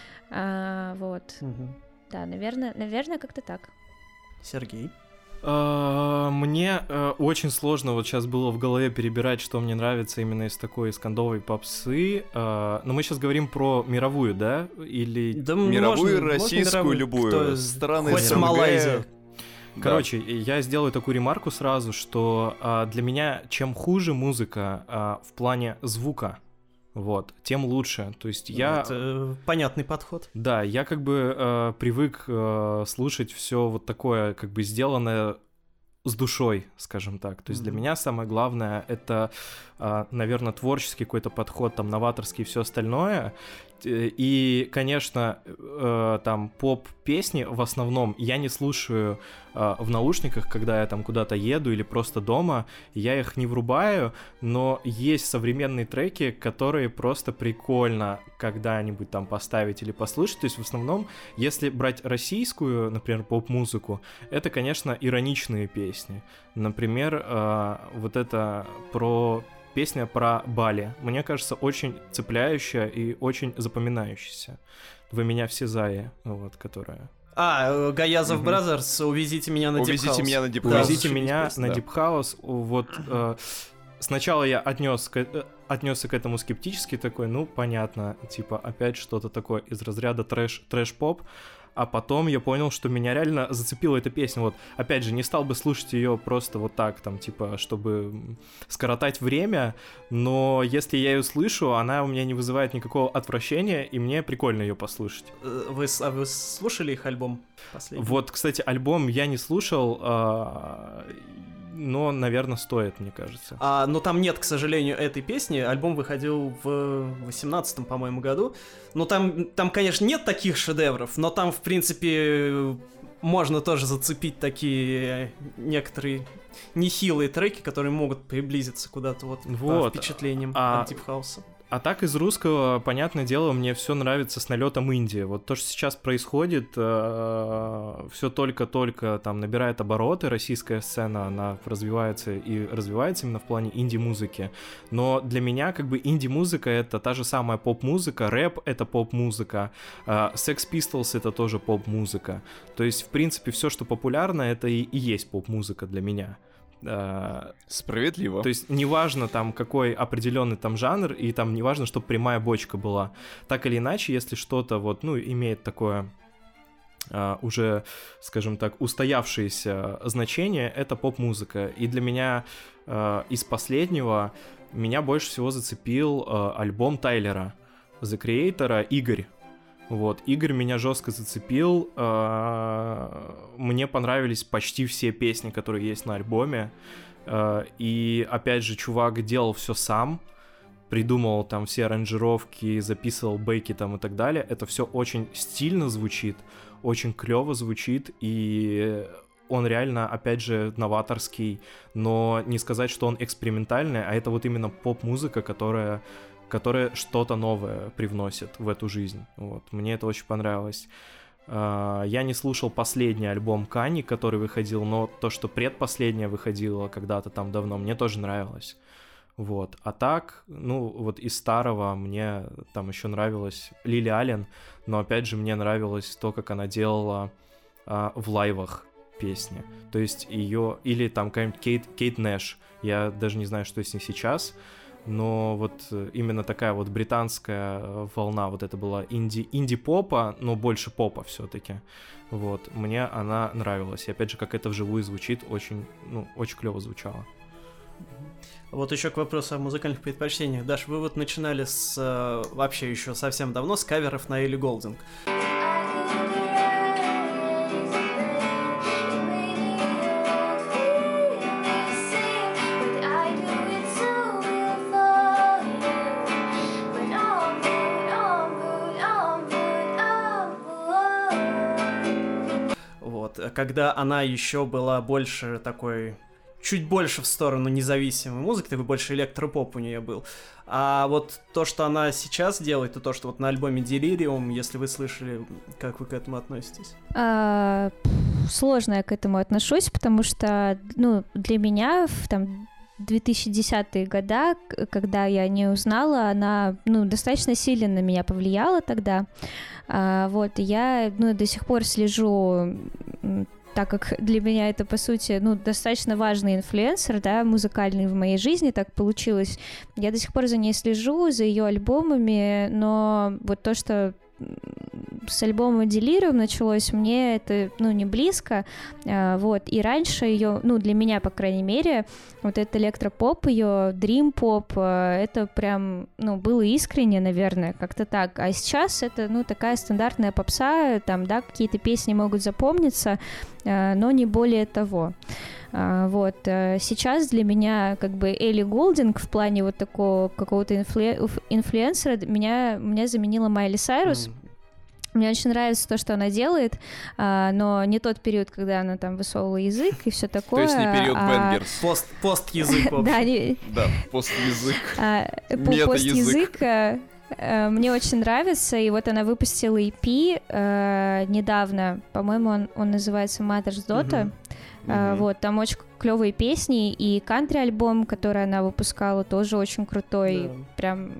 вот. Да, наверное, как-то так. Сергей? Мне очень сложно вот сейчас было в голове перебирать, что мне нравится именно из такой скандовой попсы. Но мы сейчас говорим про мировую, да? Или... Да, мировую, российскую, мировую, любую. Страны хоть СНГ. Малайзия. Короче, я сделаю такую ремарку сразу, что для меня чем хуже музыка в плане звука, вот, тем лучше. То есть я... Это понятный подход. Да, я как бы привык слушать все вот такое, как бы сделанное с душой, скажем так. То есть для меня самое главное — это, наверное, творческий какой-то подход, там, новаторский и все остальное. И, конечно, там поп-песни в основном я не слушаю в наушниках, когда я там куда-то еду или просто дома, я их не врубаю, но есть современные треки, которые просто прикольно когда-нибудь там поставить или послушать. То есть в основном, если брать российскую, например, поп-музыку, это, конечно, ироничные песни. Например, вот это песня про Бали. Мне кажется, очень цепляющая и очень запоминающаяся. «Вы меня все зая», вот, которая... Гаязов Бразерс, «Увезите меня на Deep House». «Увезите меня на Deep House». «Увезите меня на Deep House». Вот, сначала я отнесся к этому скептически, такой, понятно, типа, опять что-то такое из разряда трэш-поп. А потом я понял, что меня реально зацепила эта песня. Вот, опять же, не стал бы слушать ее просто вот так, там, типа, чтобы скоротать время, но если я ее слышу, она у меня не вызывает никакого отвращения, и мне прикольно ее послушать. Вы слушали их альбом последний? Вот, кстати, альбом я не слушал, но, наверное, стоит, мне кажется. Но там нет, к сожалению, этой песни. Альбом выходил в 18-м, по-моему, году. Но там, конечно, нет таких шедевров, но там, в принципе, можно тоже зацепить такие некоторые нехилые треки, которые могут приблизиться куда-то вот по впечатлениям от Deep House. А так из русского, понятное дело, мне все нравится с налетом Индии. Вот то, что сейчас происходит, все только-только там набирает обороты, российская сцена, она развивается именно в плане инди-музыки. Но для меня как бы инди-музыка — это та же самая поп-музыка, рэп — это поп-музыка, Sex Pistols — это тоже поп-музыка. То есть, в принципе, все, что популярно, это и есть поп-музыка для меня. Справедливо. То есть неважно там какой определенный там жанр, и там неважно, чтобы прямая бочка была. Так или иначе, если что-то вот, имеет такое уже, скажем так, устоявшееся значение, это поп-музыка. И для меня из последнего меня больше всего зацепил альбом Тайлера, The Creator, «Игорь». Вот, Игорь меня жестко зацепил, мне понравились почти все песни, которые есть на альбоме, и, опять же, чувак делал все сам, придумал там все аранжировки, записывал бэки там и так далее, это все очень стильно звучит, очень клево звучит, и он реально, опять же, новаторский, но не сказать, что он экспериментальный, а это вот именно поп-музыка, которая что-то новое привносит в эту жизнь. Вот. Мне это очень понравилось. Я не слушал последний альбом Кани, который выходил, но то, что предпоследнее выходило когда-то там давно, мне тоже нравилось. Вот. А так, вот из старого мне там еще нравилась Лили Аллен, но опять же мне нравилось то, как она делала в лайвах. песни. То есть ее... Или там какая-нибудь Кейт Нэш. Я даже не знаю, что с ней сейчас, но вот именно такая вот британская волна, вот это была инди-попа, но больше попа все-таки. Вот, мне она нравилась. И опять же, как это вживую звучит, очень клево звучало. Вот еще к вопросу о музыкальных предпочтениях. Даш, вы вот начинали вообще еще совсем давно с каверов на Элли Голдинг. Когда она еще была больше такой, чуть больше в сторону независимой музыки, такой больше электропоп у нее был. А вот то, что она сейчас делает, и то, что вот на альбоме Delirium, если вы слышали, как вы к этому относитесь? Сложно я к этому отношусь, потому что, для меня в 2010-е годы, когда я не узнала, она, достаточно сильно на меня повлияла тогда. Вот, и я, до сих пор слежу, так как для меня это, по сути, достаточно важный инфлюенсер, да, музыкальный в моей жизни, так получилось. Я до сих пор за ней слежу, за ее альбомами, но вот то, что с альбома Delirium началось, мне это, не близко, вот, и раньше ее, для меня, по крайней мере, вот этот электропоп ее, дрим-поп, это прям, было искренне, наверное, как-то так, а сейчас это, такая стандартная попса, там, да, какие-то песни могут запомниться, но не более того. Вот, сейчас для меня как бы Элли Голдинг в плане вот такого какого-то инфлюенсера меня заменила Майли Сайрус. Мне очень нравится то, что она делает, но не тот период, когда она там высовывала язык и все такое. То есть не период Бенгерс. Пост-язык, в общем. Да, пост-язык. Мета-язык. Мне очень нравится, и вот она выпустила EP недавно, по-моему, он называется Mother's Daughter. Вот, там очень клевые песни, и кантри-альбом, который она выпускала, тоже очень крутой, да. Прям,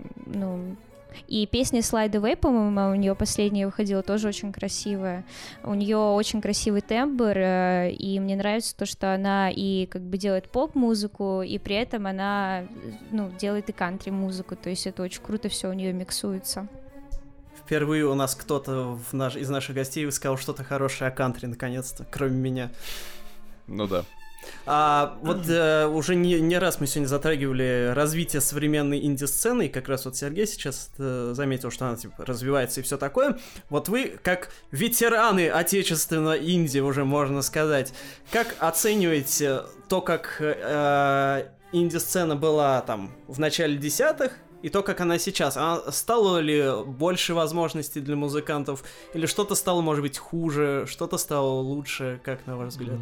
и песня Slide Away, по-моему, у нее последняя выходила, тоже очень красивая. У нее очень красивый тембр, и мне нравится то, что она и как бы делает поп-музыку, и при этом она, делает и кантри-музыку, то есть это очень круто все у нее миксуется. Впервые у нас кто-то из наших гостей сказал что-то хорошее о кантри, наконец-то, кроме меня. Ну да. Вот уже не раз мы сегодня затрагивали развитие современной инди-сцены, и как раз вот Сергей сейчас заметил, что она развивается и все такое. Вот вы, как ветераны отечественного инди, уже можно сказать, как оцениваете то, как инди-сцена была там в начале десятых, и то, как она сейчас? Стало ли больше возможностей для музыкантов, или что-то стало, может быть, хуже, что-то стало лучше, как на ваш взгляд?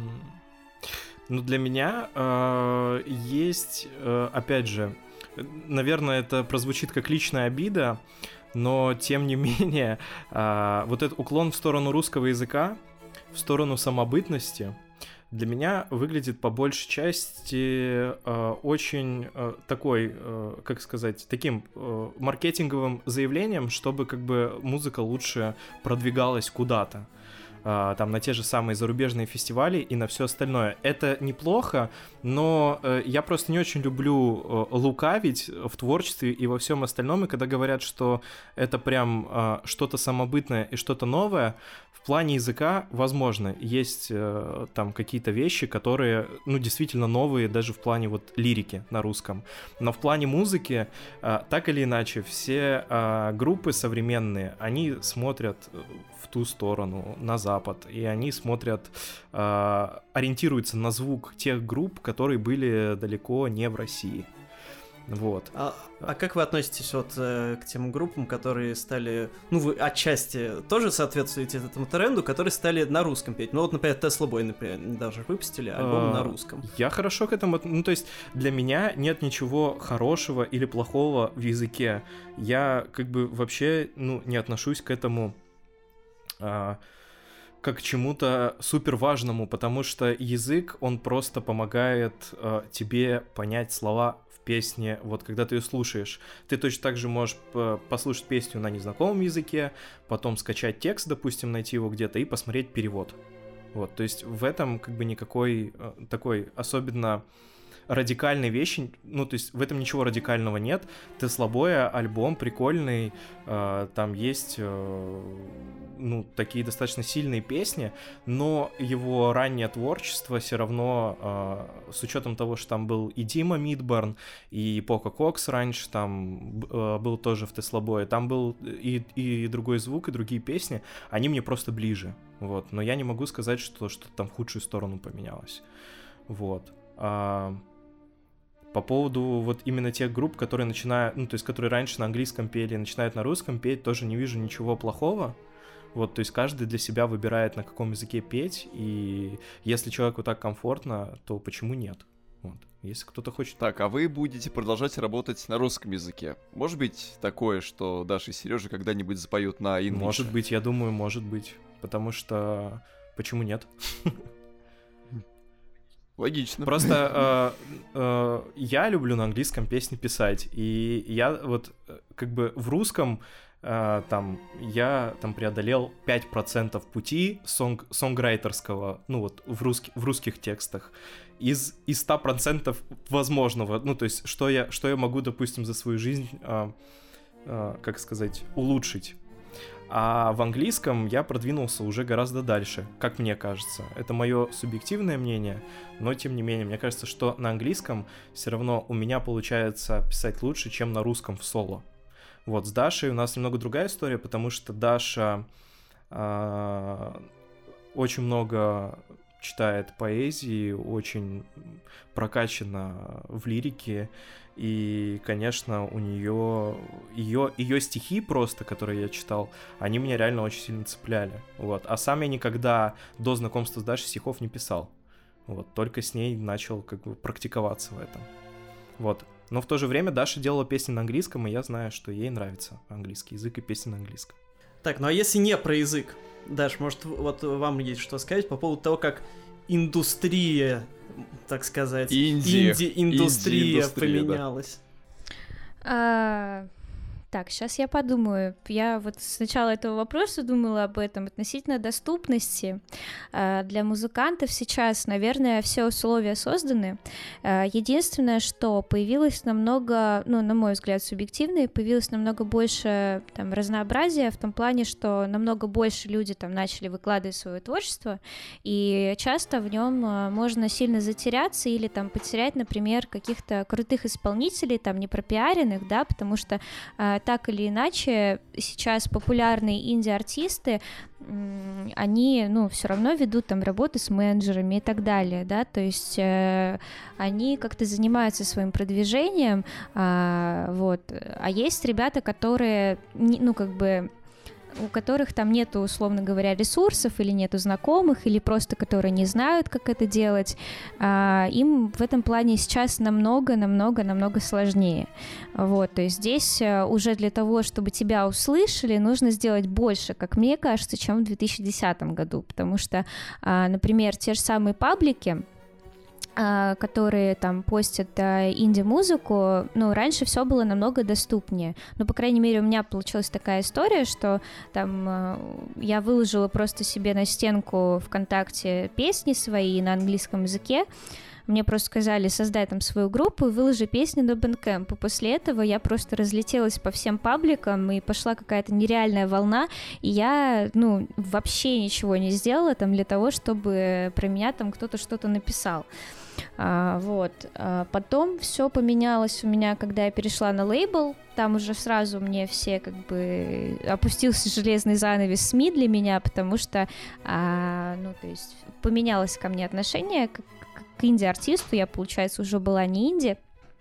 Для меня есть, опять же, наверное, это прозвучит как личная обида, но, тем не менее, вот этот уклон в сторону русского языка, в сторону самобытности, для меня выглядит по большей части очень такой, как сказать, таким маркетинговым заявлением, чтобы как бы музыка лучше продвигалась куда-то. Там на те же самые зарубежные фестивали и на все остальное. Это неплохо, но я просто не очень люблю лукавить в творчестве и во всем остальном, и когда говорят, что это прям что-то самобытное и что-то новое, в плане языка, возможно, есть там какие-то вещи, которые, действительно новые даже в плане вот лирики на русском. Но в плане музыки, так или иначе, все группы современные, они смотрят в ту сторону, на запад, и они смотрят, ориентируются на звук тех групп, которые были далеко не в России. Вот. А как вы относитесь вот к тем группам, которые стали, вы отчасти тоже соответствуете этому тренду, которые стали на русском петь? Вот, например, Tesla Boy, например, недавно выпустили альбом на русском. Я хорошо к этому, то есть для меня нет ничего хорошего или плохого в языке. Я как бы вообще, не отношусь к этому как к чему-то супер важному, потому что язык, он просто помогает тебе понять слова в песне, вот когда ты ее слушаешь. Ты точно так же можешь послушать песню на незнакомом языке, потом скачать текст, допустим, найти его где-то и посмотреть перевод. Вот, то есть в этом как бы никакой такой особенно радикальной вещи, ну, то есть в этом ничего радикального нет. «Ты слабое», альбом прикольный, там есть, ну, такие достаточно сильные песни, но его раннее творчество все равно, с учетом того, что там был и Дима Мидборн, и Пока Кокс раньше там был тоже в «Ты слабое», там был и другой звук, и другие песни, они мне просто ближе, вот, но я не могу сказать, что что-то там в худшую сторону поменялось, вот. По поводу вот именно тех групп, которые начинают, ну, то есть, которые раньше на английском пели, начинают на русском петь, тоже не вижу ничего плохого. Вот, то есть каждый для себя выбирает, на каком языке петь, и если человеку так комфортно, то почему нет? Вот, если кто-то хочет... Так, а вы будете продолжать работать на русском языке? Может быть такое, что Даша и Сережа когда-нибудь запоют на инглише? Может быть, я думаю, может быть, потому что... Почему нет? Логично. Просто я люблю на английском песни писать, и я вот как бы в русском там я там преодолел 5% пути сонграйтерского, ну вот в русских текстах из 100% возможного, ну то есть что я могу, допустим, за свою жизнь, как сказать, улучшить. А в английском я продвинулся уже гораздо дальше, как мне кажется. Это мое субъективное мнение, но тем не менее, мне кажется, что на английском все равно у меня получается писать лучше, чем на русском в соло. Вот, с Дашей у нас немного другая история, потому что Даша очень много читает поэзии, очень прокачана в лирике, и, конечно, у нее ее стихи просто, которые я читал, они меня реально очень сильно цепляли. Вот. А сам я никогда до знакомства с Дашей стихов не писал. Вот. Только с ней начал как бы практиковаться в этом. Вот. Но в то же время Даша делала песни на английском, и я знаю, что ей нравится английский язык и песни на английском. Так, ну а если не про язык? Даш, может, вот вам есть что сказать по поводу того, как индустрия, так сказать, инди-индустрия поменялась? Так, сейчас я подумаю. Я вот с начала этого вопроса думала об этом. Относительно доступности для музыкантов сейчас, наверное, все условия созданы. Единственное, что появилось намного, ну, на мой взгляд, субъективно, появилось намного больше там разнообразия в том плане, что намного больше люди там начали выкладывать свое творчество, и часто в нем можно сильно затеряться или там потерять, например, каких-то крутых исполнителей, там, не пропиаренных, да, потому что так или иначе сейчас популярные инди-артисты, они, ну, все равно ведут там работы с менеджерами и так далее, да, то есть они как-то занимаются своим продвижением, вот, а есть ребята, которые, ну, как бы, у которых там нету, условно говоря, ресурсов или нету знакомых, или просто которые не знают, как это делать, им в этом плане сейчас намного сложнее. Вот, то есть здесь уже для того, чтобы тебя услышали, нужно сделать больше, как мне кажется, чем в 2010 году, потому что, например, те же самые паблики, которые там постят инди-музыку, ну, раньше все было намного доступнее. Ну, по крайней мере, у меня получилась такая история, что там я выложила просто себе на стенку ВКонтакте песни свои на английском языке. Мне просто сказали, создай там свою группу и выложи песни на Bandcamp. И после этого я просто разлетелась по всем пабликам, и пошла какая-то нереальная волна, и я, ну, вообще ничего не сделала там для того, чтобы про меня там кто-то что-то написал. Вот. Потом все поменялось у меня, когда я перешла на лейбл. Там уже сразу мне все как бы опустился железный занавес СМИ для меня, потому что, ну, то есть поменялось ко мне отношение к инди-артисту. Я, получается, уже была не инди.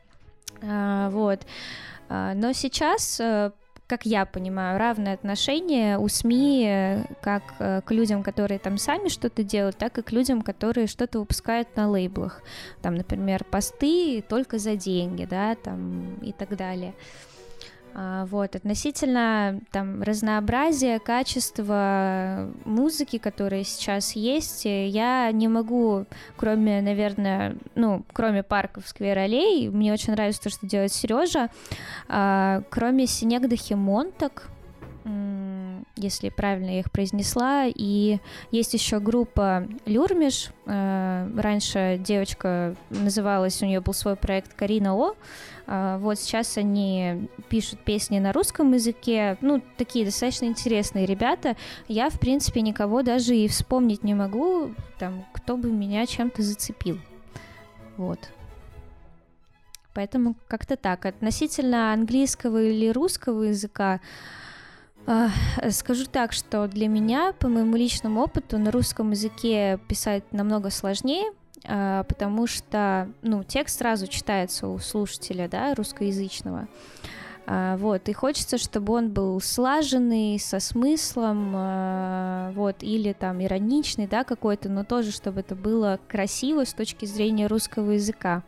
Вот. Но сейчас, как я понимаю, равное отношение у СМИ как к людям, которые там сами что-то делают, так и к людям, которые что-то выпускают на лейблах. Там, например, посты только за деньги, да, там и так далее. Вот, относительно там разнообразия, качества музыки, которые сейчас есть, я не могу, кроме, наверное, ну, кроме парков, сквер, аллей, мне очень нравится то, что делает Сережа, кроме Синегдахи Монтак, если правильно я их произнесла. И есть еще группа Люрмиш. Раньше девочка называлась, у нее был свой проект Карина О. Вот сейчас они пишут песни на русском языке. Ну, такие достаточно интересные ребята. Я, в принципе, никого даже и вспомнить не могу, там, кто бы меня чем-то зацепил. Вот. Поэтому как-то так. Относительно английского или русского языка, скажу так, что для меня, по моему личному опыту, на русском языке писать намного сложнее, потому что, ну, текст сразу читается у слушателя, да, русскоязычного. Вот, и хочется, чтобы он был слаженный, со смыслом, вот, или там ироничный, да, какой-то, но тоже, чтобы это было красиво с точки зрения русского языка.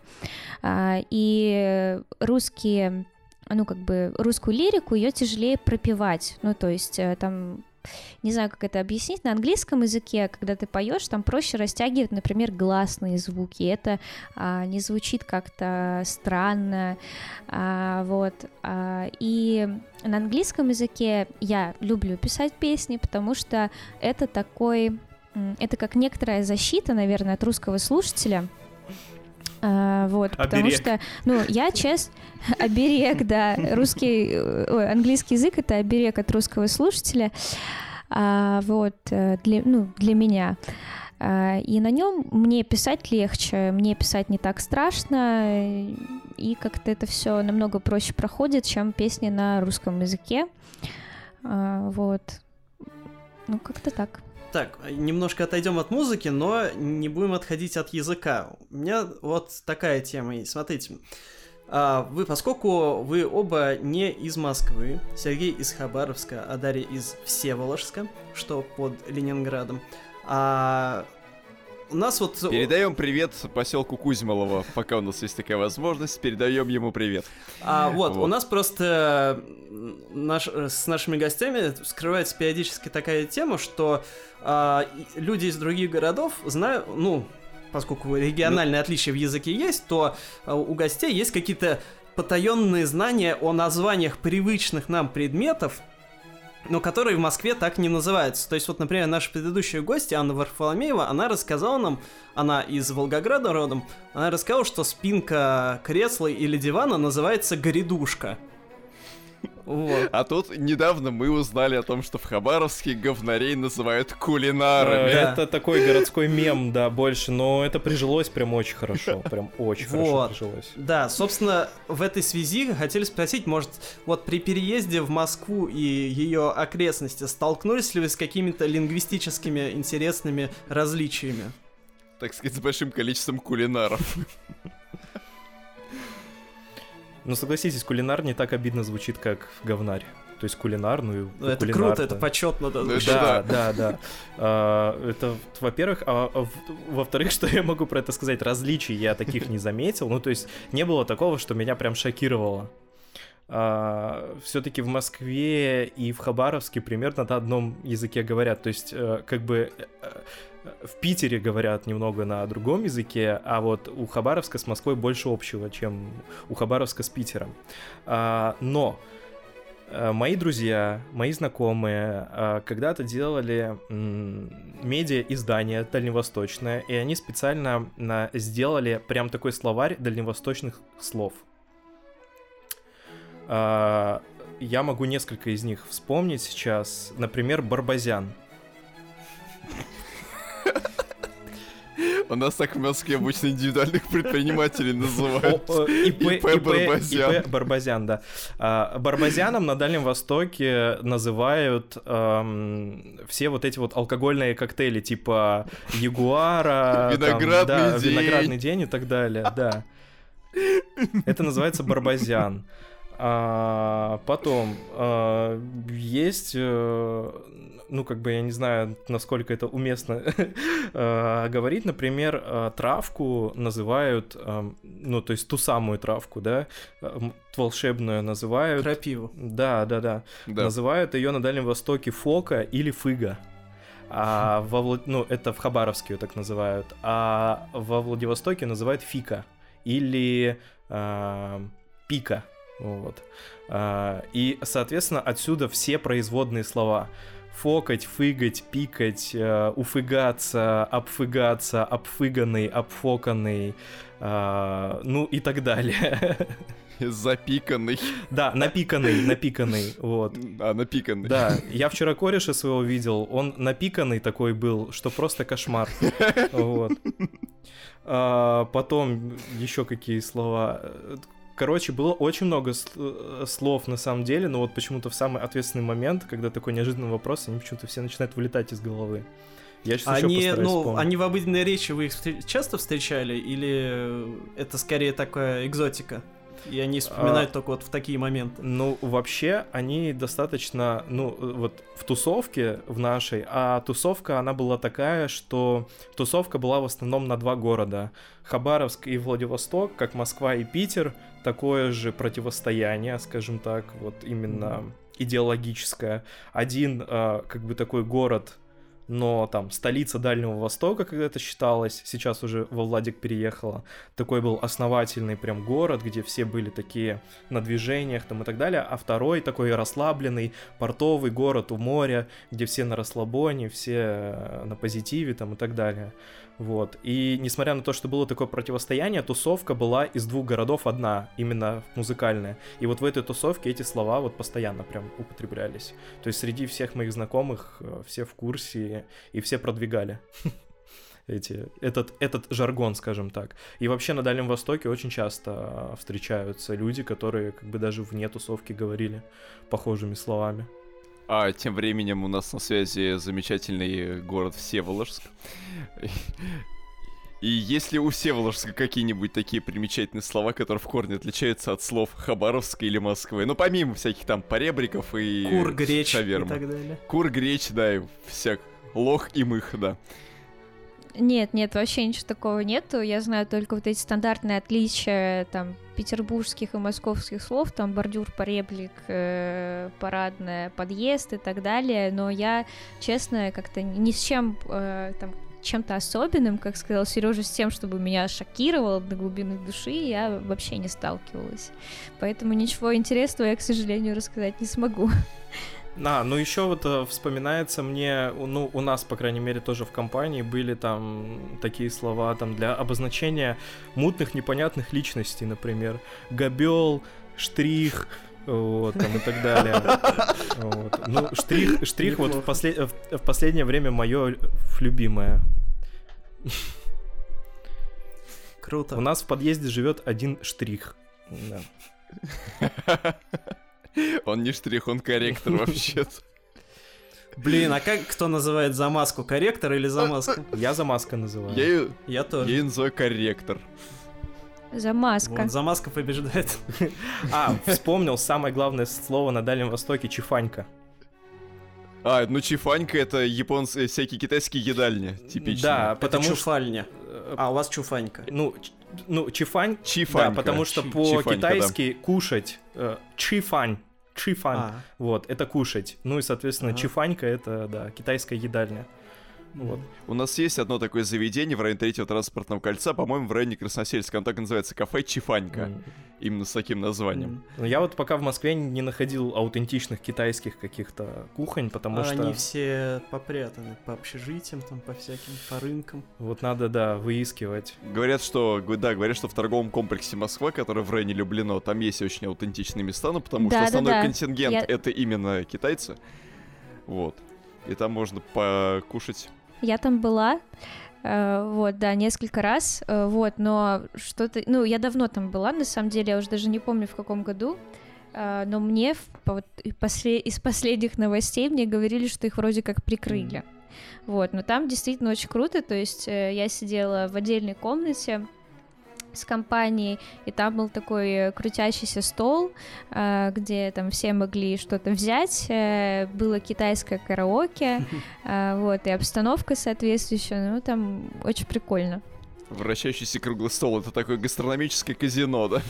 И русские, ну, как бы, русскую лирику ее тяжелее пропевать, ну, то есть там... Не знаю, как это объяснить. На английском языке, когда ты поешь, там проще растягивать, например, гласные звуки. Это не звучит как-то странно. Вот. И на английском языке я люблю писать песни, потому что это такой... Это как некоторая защита, наверное, от русского слушателя. Вот, потому оберег. что, ну, я честно... Оберег, да. Английский язык — это оберег от русского слушателя. Вот, для меня. И на нем мне писать легче, мне писать не так страшно, и как-то это все намного проще проходит, чем песни на русском языке. Вот. Ну, как-то так. Так, немножко отойдем от музыки, но не будем отходить от языка. У меня вот такая тема есть. Смотрите, поскольку вы оба не из Москвы, Сергей из Хабаровска, а Дарья из Всеволожска, что под Ленинградом, у нас вот... Передаем привет поселку Кузьмолово, пока у нас есть такая возможность, передаем ему привет. Вот, у нас просто с нашими гостями скрывается периодически такая тема, что люди из других городов знают, ну, поскольку региональные отличия в языке есть, то у гостей есть какие-то потаенные знания о названиях привычных нам предметов, но которые в Москве так не называются. То есть вот, например, наша предыдущая гостья Анна Варфоломеева, она рассказала нам, она из Волгограда родом, она рассказала, что спинка кресла или дивана называется грядушка. Вот. А тут недавно мы узнали о том, что в Хабаровске говнарей называют кулинарами. Это такой городской мем, да, больше, но это прижилось прям очень хорошо, прям очень хорошо прижилось. Да, собственно, в этой связи хотели спросить, может, вот при переезде в Москву и ее окрестности столкнулись ли вы с какими-то лингвистическими интересными различиями? Так сказать, с большим количеством кулинаров. Ну, согласитесь, кулинар не так обидно звучит, как говнарь. То есть кулинар, ну и это кулинар, круто, да. это почетно. Да. Это, во-первых. Во-вторых, что я могу про это сказать? Различий я таких не заметил. Ну, то есть не было такого, что меня прям шокировало. Все-таки в Москве и в Хабаровске примерно на одном языке говорят. То есть, как бы... В Питере говорят немного на другом языке, а вот у Хабаровска с Москвой больше общего, чем у Хабаровска с Питером. Но мои друзья, мои знакомые когда-то делали медиа-издание дальневосточное, и они специально сделали прям такой словарь дальневосточных слов. Я могу несколько из них вспомнить сейчас. Например, барбазян. У нас так в Москве обычно индивидуальных предпринимателей называют. ИП Барбазян, да. Барбазяном на Дальнем Востоке называют все вот эти вот алкогольные коктейли, типа Ягуара, Виноградный день и так далее, да. Это называется барбазян. Потом есть, ну, как бы, я не знаю, насколько это уместно говорить, например, травку называют, ну, то есть ту самую травку, да, волшебную называют... Крапиву. Да. Называют ее на Дальнем Востоке фока или фыга. Ну, это в Хабаровске ее так называют. А во Владивостоке называют фика или пика. Вот. И, соответственно, отсюда все производные слова. фокать, фыгать, пикать, уфыгаться, обфыгаться, обфыганный, обфоканный, ну и так далее. Запиканный. Да, напиканный, вот. Напиканный. Да, я вчера кореша своего видел, он напиканный такой был, что просто кошмар. Вот. Потом еще какие слова. Короче, было очень много слов на самом деле, но вот почему-то в самый ответственный момент, когда такой неожиданный вопрос, они почему-то все начинают вылетать из головы. Я сейчас еще постараюсь вспомнить. Они в обыденной речи, вы их часто встречали, или это скорее такая экзотика? И они вспоминают только вот в такие моменты. Ну, вообще, они достаточно, ну, вот в тусовке в нашей, а тусовка, она была такая, что тусовка была в основном на 2 города. Хабаровск и Владивосток, как Москва и Питер, такое же противостояние, скажем так, вот именно идеологическое. Один, как бы такой город, но там столица Дальнего Востока, когда это считалось, сейчас уже во Владик переехала, такой был основательный прям город, где все были такие на движениях там и так далее, а второй такой расслабленный портовый город у моря, где все на расслабоне, все на позитиве там и так далее. Вот. И несмотря на то, что было такое противостояние, тусовка была из 2 городов одна, именно музыкальная. И вот в этой тусовке эти слова вот постоянно прям употреблялись. То есть среди всех моих знакомых все в курсе и все продвигали этот жаргон, скажем так. И вообще на Дальнем Востоке очень часто встречаются люди, которые как бы даже вне тусовки говорили похожими словами. А тем временем у нас на связи замечательный город Всеволожск. И есть ли у Всеволожска какие-нибудь такие примечательные слова, которые в корне отличаются от слов Хабаровска или Москвы? Ну, помимо всяких там поребриков и кур, греч шаверма. И так далее. Кур, греч, да, и всяк. Лох и мых, да. Нет, вообще ничего такого нету. Я знаю только вот эти стандартные отличия там петербургских и московских слов, там бордюр, поребрик, парадная, подъезд и так далее. Но я, честно, как-то ни с чем там чем-то особенным, как сказал Сережа, с тем, чтобы меня шокировало до глубины души, я вообще не сталкивалась. Поэтому ничего интересного я, к сожалению, рассказать не смогу. Ну еще вот вспоминается мне, ну, у нас, по крайней мере, тоже в компании были там такие слова там для обозначения мутных, непонятных личностей, например, габел, штрих, вот, там и так далее. Вот. Ну, штрих вот в последнее время мое любимое. Круто. У нас в подъезде живет один штрих. Да. Он не штрих, он корректор вообще-то. Блин, а как кто называет замазку? Корректор или замазка? Я замазка называю. Я тоже. Я ее называю корректор. Замазка. Вот, замазка побеждает. Вспомнил самое главное слово на Дальнем Востоке — чифанька. Ну чифанька — это японские, всякие китайские едальни, типичные. Да, потому что... чуфальня. У вас чуфанька. Ну, чифань, чифанька. Да, потому что по-китайски да. Кушать, чифань, вот, это кушать. Ну и, соответственно, чифанька — это, да, китайская едальня. Вот. У нас есть одно такое заведение в районе 3-го транспортного кольца, по-моему, в районе Красносельска. Оно так и называется, кафе Чифанька. Именно с таким названием. Я вот пока в Москве не находил аутентичных китайских каких-то кухонь, потому что... Они все попрятаны по общежитиям, там, по всяким, по рынкам. Вот надо, да, выискивать. Говорят, что в торговом комплексе Москва, который в районе Люблино, там есть очень аутентичные места, ну, потому что основной контингент это именно китайцы. Вот. И там можно покушать. Я там была, вот, да, несколько раз, вот, но что-то... Ну, я давно там была, на самом деле, я уже даже не помню, в каком году, но мне из последних новостей мне говорили, что их вроде как прикрыли. Вот, но там действительно очень круто, то есть я сидела в отдельной комнате с компанией, и там был такой крутящийся стол, где там все могли что-то взять, было китайское караоке, вот, и обстановка соответствующая, ну, там очень прикольно. Вращающийся круглый стол — это такое гастрономическое казино, да?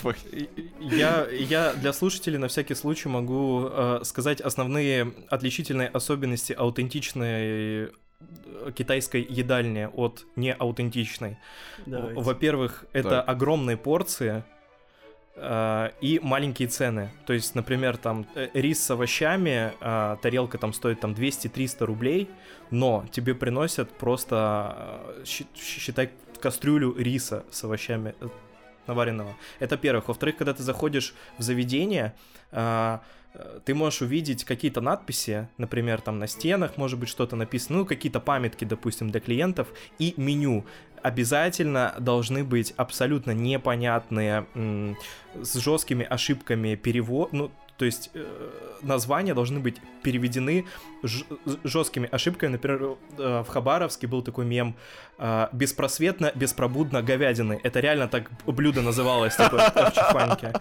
Я для слушателей на всякий случай могу сказать основные отличительные особенности аутентичной китайской едальни от неаутентичной. Давайте. Во-первых, это огромные порции, и маленькие цены. То есть, например, там рис с овощами, тарелка там стоит там 200-300 рублей, но тебе приносят просто, считай, кастрюлю риса с овощами наваренного. Это первых. Во-вторых, когда ты заходишь в заведение, ты можешь увидеть какие-то надписи, например, там на стенах, может быть, что-то написано, ну, какие-то памятки, допустим, для клиентов, и меню. Обязательно должны быть абсолютно непонятные, с жесткими ошибками перевод, ну, то есть названия должны быть переведены жесткими ошибками. Например, в Хабаровске был такой мем «Беспросветно, беспробудно говядины». Это реально так блюдо называлось, такое в Чифаньке.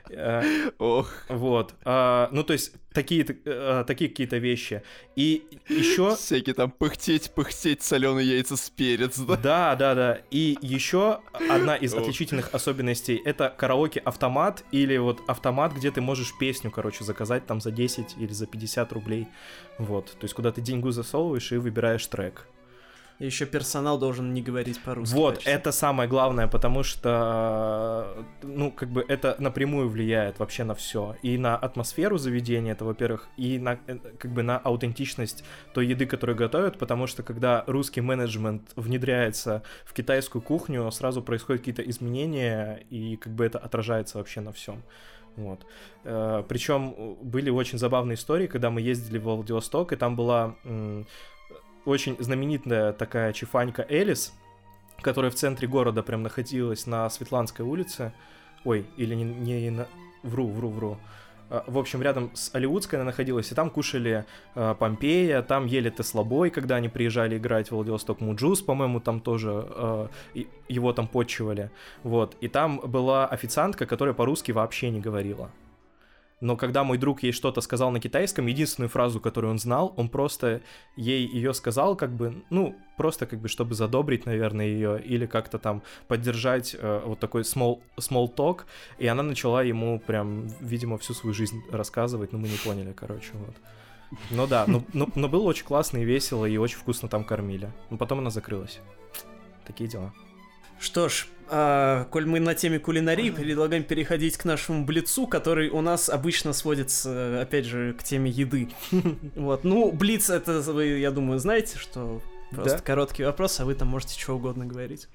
Вот. Ну, то есть такие какие-то вещи. И еще... Всякие там пыхтеть, соленые яйца с перец, да? Да. И еще одна из отличительных особенностей — это караоке-автомат, или вот автомат, где ты можешь песню, короче, заказать там за 10 или за 50 рублей. Вот. То есть куда ты деньгу засовываешь и выбираешь трек. И еще персонал должен не говорить по-русски. Вот, почти. это самое главное, потому что, ну, как бы это напрямую влияет вообще на все. И на атмосферу заведения, это, во-первых, и на, как бы, на аутентичность той еды, которую готовят, потому что когда русский менеджмент внедряется в китайскую кухню, сразу происходят какие-то изменения, и как бы это отражается вообще на всем. Вот. Причем были очень забавные истории, когда мы ездили в Владивосток, и там была очень знаменитая такая чифанька Элис, которая в центре города прям находилась на Светланской улице. Ой, или не на... Вру. В общем, рядом с Алиутской она находилась, и там кушали Помпея, там ели Теслобой, когда они приезжали играть в Владивосток. Муджус, по-моему, там тоже его там подчивали. Вот. И там была официантка, которая по-русски вообще не говорила. Но когда мой друг ей что-то сказал на китайском, единственную фразу, которую он знал, он просто ей ее сказал, как бы, ну, просто как бы, чтобы задобрить, наверное, ее, или как-то там поддержать вот такой small talk, и она начала ему прям, видимо, всю свою жизнь рассказывать, но мы не поняли, короче, вот. Ну да, но было очень классно и весело, и очень вкусно там кормили. Но потом она закрылась. Такие дела. Что ж, коль мы на теме кулинарии, предлагаем переходить к нашему блицу, который у нас обычно сводится, опять же, к теме еды. Вот, ну, блиц, это вы, я думаю, знаете, что просто короткий вопрос, а вы там можете что угодно говорить.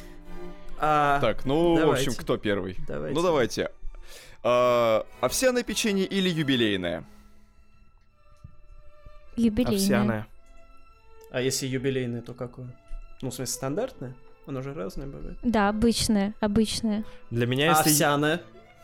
Так, ну, давайте. в общем, кто первый? Давайте. Ну, давайте. Овсяное печенье или юбилейное? Юбилейная. Овсяное. А если юбилейное, то какое? Ну, в смысле, стандартное? Оно же разное бывает. Да, обычная. Для меня, если... Овсяное.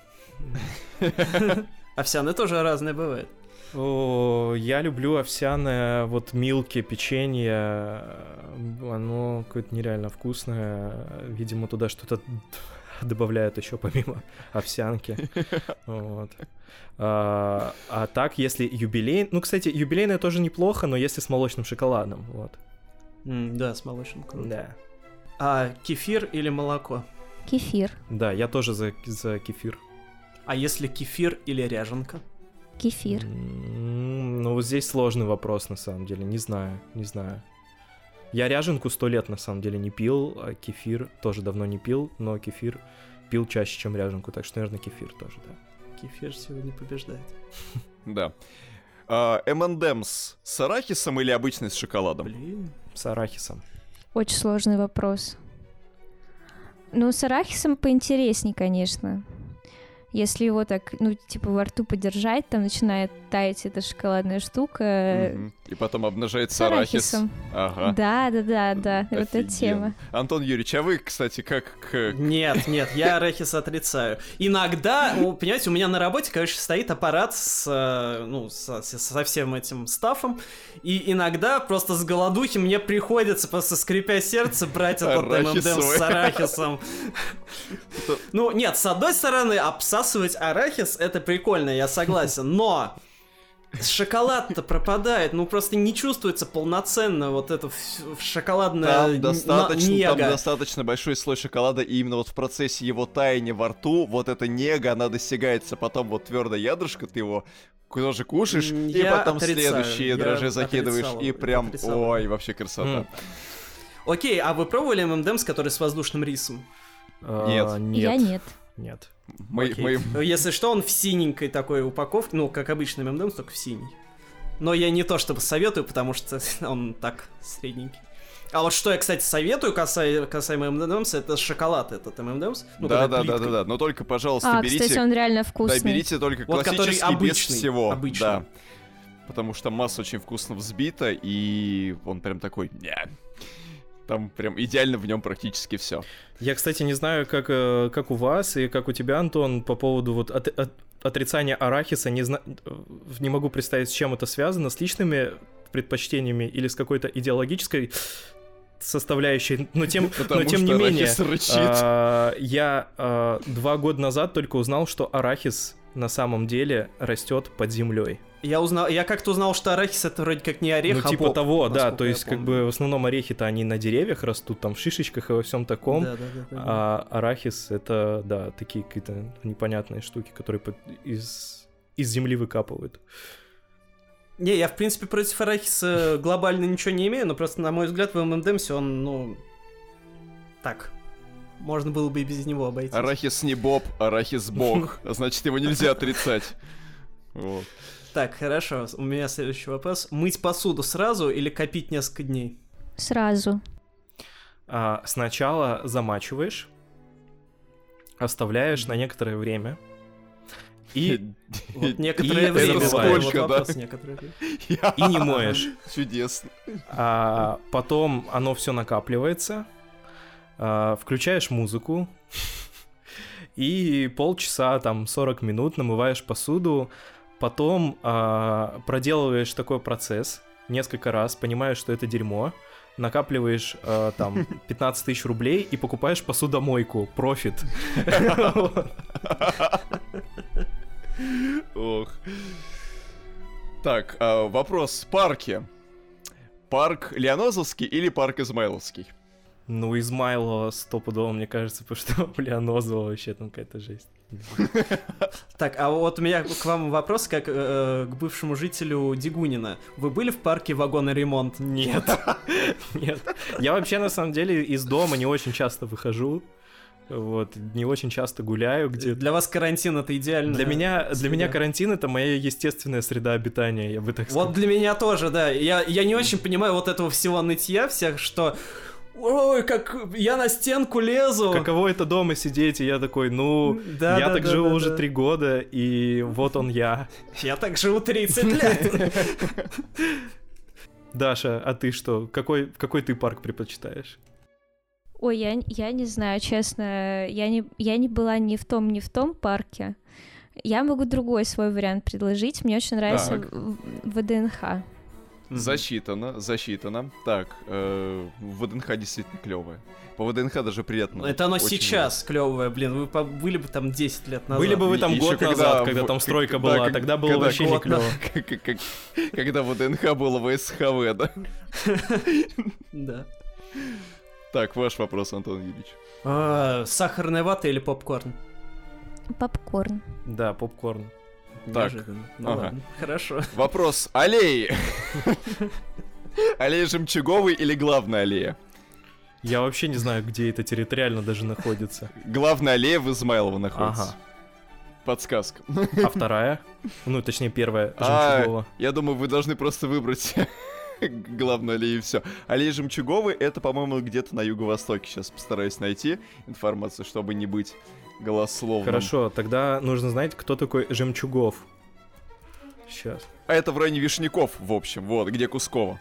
Овсяное тоже разное бывает. О, я люблю овсяное, вот милки, печенье, оно какое-то нереально вкусное, видимо, туда что-то добавляют еще помимо овсянки, вот. А так, если юбилейное, ну, кстати, юбилейное тоже неплохо, но если с молочным шоколадом, вот. Да, с молочным круто. Да. А кефир или молоко? Кефир. Да, я тоже за кефир. А если кефир или ряженка? Кефир. Ну, вот здесь сложный вопрос, на самом деле, не знаю. Я ряженку 100 лет, на самом деле, не пил, а кефир тоже давно не пил, но кефир пил чаще, чем ряженку, так что, наверное, кефир тоже, да. Кефир сегодня побеждает. Да. M&M's с арахисом или обычный с шоколадом? Блин. С арахисом. Очень сложный вопрос. Ну, с арахисом поинтересней, конечно. Если его так, ну, типа, во рту подержать, там начинает таять эта шоколадная штука. И потом обнажается С арахисом. Ага. Да, вот эта Офигенно. тема. Антон Юрьевич, а вы, кстати, как... Нет, я арахис отрицаю. Иногда, ну, понимаете, у меня на работе, короче, стоит аппарат со всем этим стафом, и иногда просто с голодухи мне приходится, просто скрипя сердце, брать этот M&M's с арахисом. Ну, нет, с одной стороны, обсасывать арахис — это прикольно, я согласен, но... Шоколад-то пропадает, ну просто не чувствуется полноценно вот это шоколадное нега. Там достаточно большой слой шоколада, и именно вот в процессе его таяния во рту, вот эта нега, она достигается, потом вот твердое ядрышко, ты его тоже кушаешь, и потом следующие дрожжи закидываешь, и прям, ой, вообще красота. Окей, а вы пробовали M&M's, который с воздушным рисом? Нет. Я нет. Нет. Окей. Если что, он в синенькой такой упаковке, ну, как обычный ММДМС, только в синий. Но я не то чтобы советую, потому что он так средненький. А вот что я, кстати, советую касаемо ММДМС, это шоколад этот ММДМС. Ну, да, но только, пожалуйста, берите... кстати, он реально вкусный. Да, берите только вот, классический, обычный, без всего. Обычный. Да. Потому что масса очень вкусно взбита, и он прям такой... Там прям идеально в нем практически все. Я, кстати, не знаю, как у вас и как у тебя, Антон, по поводу вот отрицания арахиса. Не могу представить, с чем это связано, с личными предпочтениями или с какой-то идеологической составляющей, но тем не менее, я 2 года назад только узнал, что арахис на самом деле растет под землей. Я как-то узнал, что арахис это вроде как не орех, ну, типа боб, того, да, то есть как бы в основном орехи-то они на деревьях растут, там в шишечках и во всем таком, да. А арахис это, да, такие какие-то непонятные штуки, которые из земли выкапывают. Не, я в принципе против арахиса глобально ничего не имею, но просто, на мой взгляд, в ММДМСе он, ну, так, можно было бы и без него обойтись. Арахис не боб, арахис бог, значит его нельзя отрицать. Вот. Так, хорошо, у меня следующий вопрос. Мыть посуду сразу или копить несколько дней? Сразу. Сначала замачиваешь, оставляешь на некоторое время. И вот некоторое время. Сколько, да? И не моешь. Чудесно. Потом оно все накапливается. Включаешь музыку. И полчаса, там, 40 минут намываешь посуду. Потом проделываешь такой процесс несколько раз, понимаешь, что это дерьмо, накапливаешь там 15 тысяч рублей и покупаешь посудомойку, профит. Ох. Так, вопрос. Парки. Парк Лианозовский или парк Измайловский? Ну, Измайлова стопудово, мне кажется, потому что Лианозово вообще там какая-то жесть. Так, а вот у меня к вам вопрос, как к бывшему жителю Дегунина. Вы были в парке Вагон и Ремонт? Нет. Нет. Я вообще, на самом деле, из дома не очень часто выхожу. Вот, не очень часто гуляю где-то. Для вас карантин это идеально. Для меня карантин это моя естественная среда обитания, я бы так сказал. Вот для меня тоже, да. Я не очень понимаю вот этого всего нытья всех, что... Ой, как я на стенку лезу. Каково это дома сидеть, и я такой, я так живу уже 3 года, и вот он я. Я так живу 30 лет. Даша, а ты что? Какой ты парк предпочитаешь? Ой, я не знаю, честно. Я не была ни в том парке. Я могу другой свой вариант предложить. Мне очень нравится ВДНХ. Засчитано. Так, ВДНХ действительно клевая. По ВДНХ даже приятно. Это оно сейчас клевое, блин. Вы были бы там 10 лет назад. Были бы вы там год назад, когда там стройка была, тогда было вообще не клево. Когда ВДНХ было в СХВ, да? Да. Так, ваш вопрос, Антон Юрьевич. Сахарная вата или попкорн? Попкорн. Да, попкорн. Так, ладно, хорошо. Вопрос. Аллеи. Аллея Жемчуговой или главная аллея? Я вообще не знаю, где это территориально даже находится. Главная аллея в Измайлово находится. Ага. Подсказка. А вторая? Ну, точнее, первая, Жемчугова. Я думаю, вы должны просто выбрать главную аллею и все. Аллея Жемчуговой — это, по-моему, где-то на юго-востоке. Сейчас постараюсь найти информацию, чтобы не быть голословным. Хорошо, тогда нужно знать, кто такой Жемчугов. Сейчас. А это в районе Вишняков, в общем, вот, где Кусково.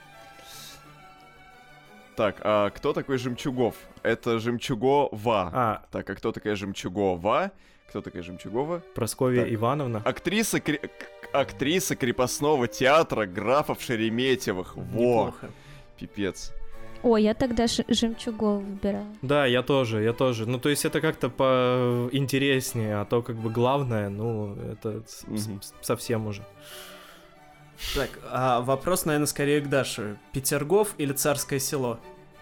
Так, а кто такой Жемчугов? Это Жемчугова. Так, а кто такая Жемчугова? Кто такая Жемчугова? Прасковья Ивановна. Актриса крепостного театра графов Шереметьевых. Во! Пипец. Ой, я тогда Жемчугов выбираю. Да, я тоже. Ну, то есть это как-то поинтереснее, а то как бы главное, ну, это совсем уже. Так, а вопрос, наверное, скорее к Даше. Петергоф или Царское Село?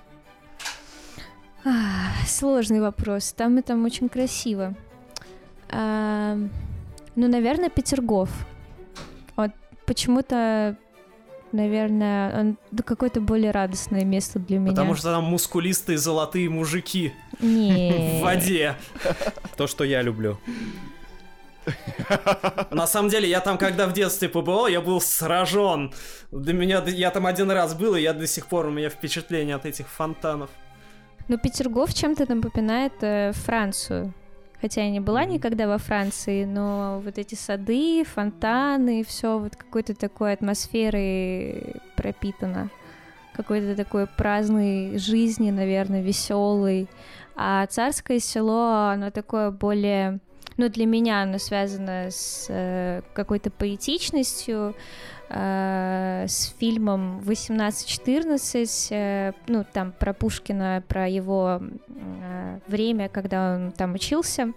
Сложный вопрос. Там и там очень красиво. Ну, наверное, Петергоф. Вот почему-то, наверное, он какое-то более радостное место для меня. Потому что там мускулистые золотые мужики. Не. В воде. То, что я люблю. На самом деле, я там, когда в детстве побывал, я был сражен. Я там один раз был, и я до сих пор, у меня впечатление от этих фонтанов. Ну, Петергоф чем-то напоминает Францию. Хотя я не была никогда во Франции, но вот эти сады, фонтаны, все вот какой-то такой атмосферой пропитано. Какой-то такой праздной жизни, наверное, веселый. А Царское Село, оно такое более... Ну, для меня оно связано с какой-то поэтичностью, с фильмом 1814, ну, там, про Пушкина, про его время, когда он там учился.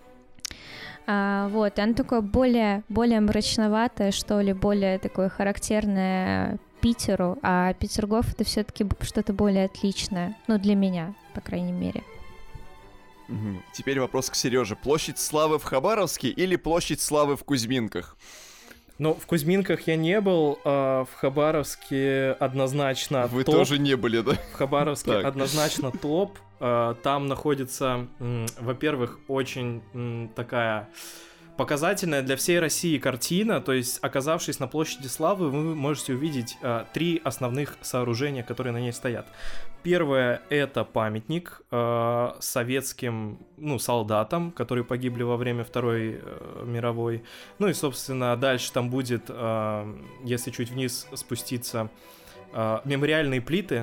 Вот, и оно такое более мрачноватое, что ли, более такое характерное Питеру, а Петергоф — это все-таки что-то более отличное, ну, для меня, по крайней мере. Теперь вопрос к Сереже. Площадь Славы в Хабаровске или Площадь Славы в Кузьминках? Ну, в Кузьминках я не был, а в Хабаровске однозначно Вы топ. тоже не были, да? В Хабаровске Так. однозначно топ. Там находится, во-первых, очень такая показательная для всей России картина. То есть, оказавшись на площади Славы, вы можете увидеть 3 основных сооружения, которые на ней стоят. Первое — это памятник советским, ну, солдатам, которые погибли во время Второй мировой. Ну и, собственно, дальше там будет, если чуть вниз спуститься, мемориальные плиты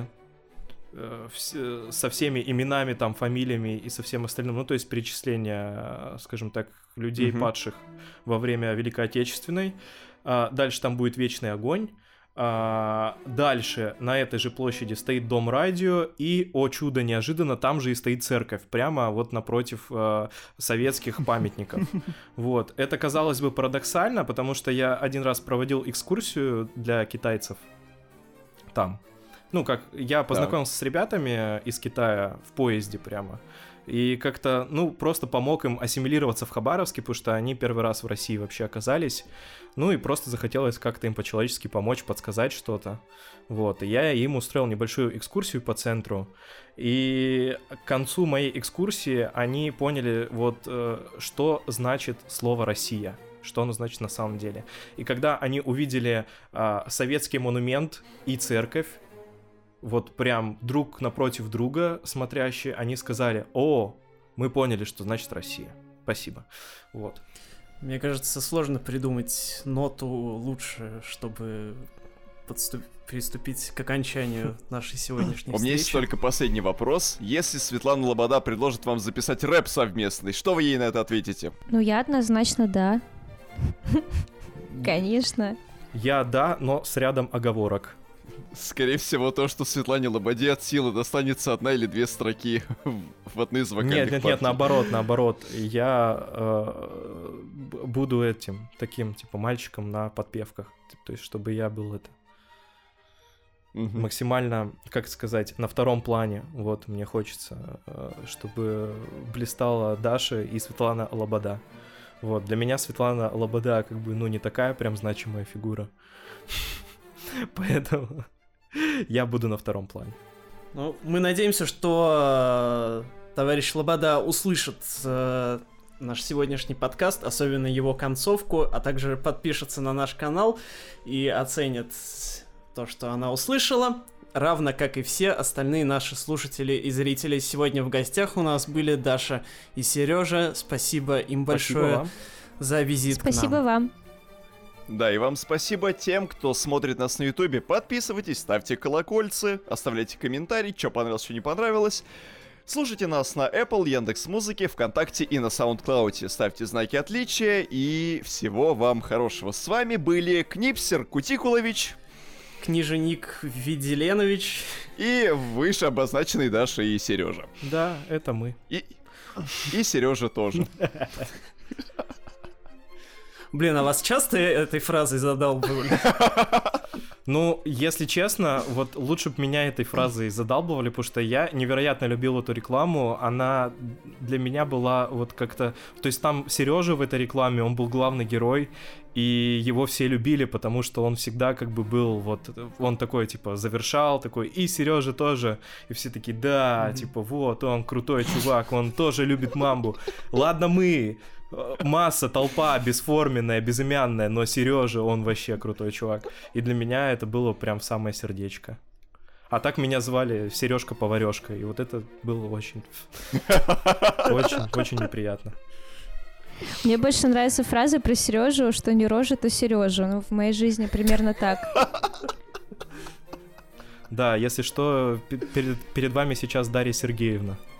со всеми именами, там, фамилиями и со всем остальным. Ну, то есть перечисление, скажем так, людей, падших во время Великой Отечественной. Дальше там будет Вечный огонь. Дальше на этой же площади стоит Дом радио, и, о чудо, неожиданно, там же и стоит церковь, прямо вот напротив советских памятников. Вот. Это, казалось бы, парадоксально, потому что я один раз проводил экскурсию для китайцев там. Ну, как я познакомился с ребятами из Китая в поезде прямо. И как-то, ну, просто помог им ассимилироваться в Хабаровске, потому что они первый раз в России вообще оказались. Ну, и просто захотелось как-то им по-человечески помочь, подсказать что-то. Вот, и я им устроил небольшую экскурсию по центру. И к концу моей экскурсии они поняли, вот, что значит слово «Россия», что оно значит на самом деле. И когда они увидели советский монумент и церковь, вот прям друг напротив друга смотрящие, они сказали: «О, мы поняли, что значит Россия. Спасибо». Вот. Мне кажется, сложно придумать ноту лучше, чтобы приступить к окончанию нашей сегодняшней встречи. У меня есть только последний вопрос. Если Светлана Лобода предложит вам записать рэп совместный, что вы ей на это ответите? Ну, я однозначно да. Конечно. Я да, но с рядом оговорок. Скорее всего, то, что Светлане Лободе от силы достанется 1 или 2 строки в одной из вокальных партий. Нет, наоборот. Я буду таким, типа, мальчиком на подпевках. То есть, чтобы я был максимально, как сказать, на втором плане. Вот, мне хочется, чтобы блистала Даша и Светлана Лобода. Вот, для меня Светлана Лобода, как бы, ну, не такая прям значимая фигура. Поэтому я буду на втором плане. Ну, мы надеемся, что товарищ Лобода услышит наш сегодняшний подкаст, особенно его концовку, а также подпишется на наш канал и оценит то, что она услышала, равно как и все остальные наши слушатели и зрители. Сегодня в гостях у нас были Даша и Сережа. Спасибо им большое за визит Спасибо к нам. вам. Да, и вам спасибо тем, кто смотрит нас на Ютубе. Подписывайтесь, ставьте колокольцы, оставляйте комментарии, что понравилось, что не понравилось. Слушайте нас на Apple, Яндекс.Музыке, ВКонтакте и на SoundCloud. Ставьте знаки отличия и всего вам хорошего. С вами были Книпсер Кутикулович, Книженик Виделенович и выше обозначенный Даша и Сережа. Да, это мы. И Сережа тоже. Блин, а вас часто этой фразой задалбывали? Ну, если честно, вот лучше бы меня этой фразой задалбывали, потому что я невероятно любил эту рекламу. Она для меня была вот как-то... То есть там Сережа в этой рекламе, он был главный герой, и его все любили, потому что он всегда как бы был вот... Он такой, типа, завершал, такой, и Сережа тоже. И все такие, да, типа, вот, он крутой чувак, он тоже любит мамбу. Ладно, мы... Масса, толпа бесформенная, безымянная, но Сережа, он вообще крутой чувак. И для меня это было прям в самое сердечко. А так меня звали Сережка-поварешка, и вот это было очень неприятно. Мне больше нравится фраза про Сережу, что не рожа, то Сережа. Ну, в моей жизни примерно так. Да, если что, перед вами сейчас Дарья Сергеевна.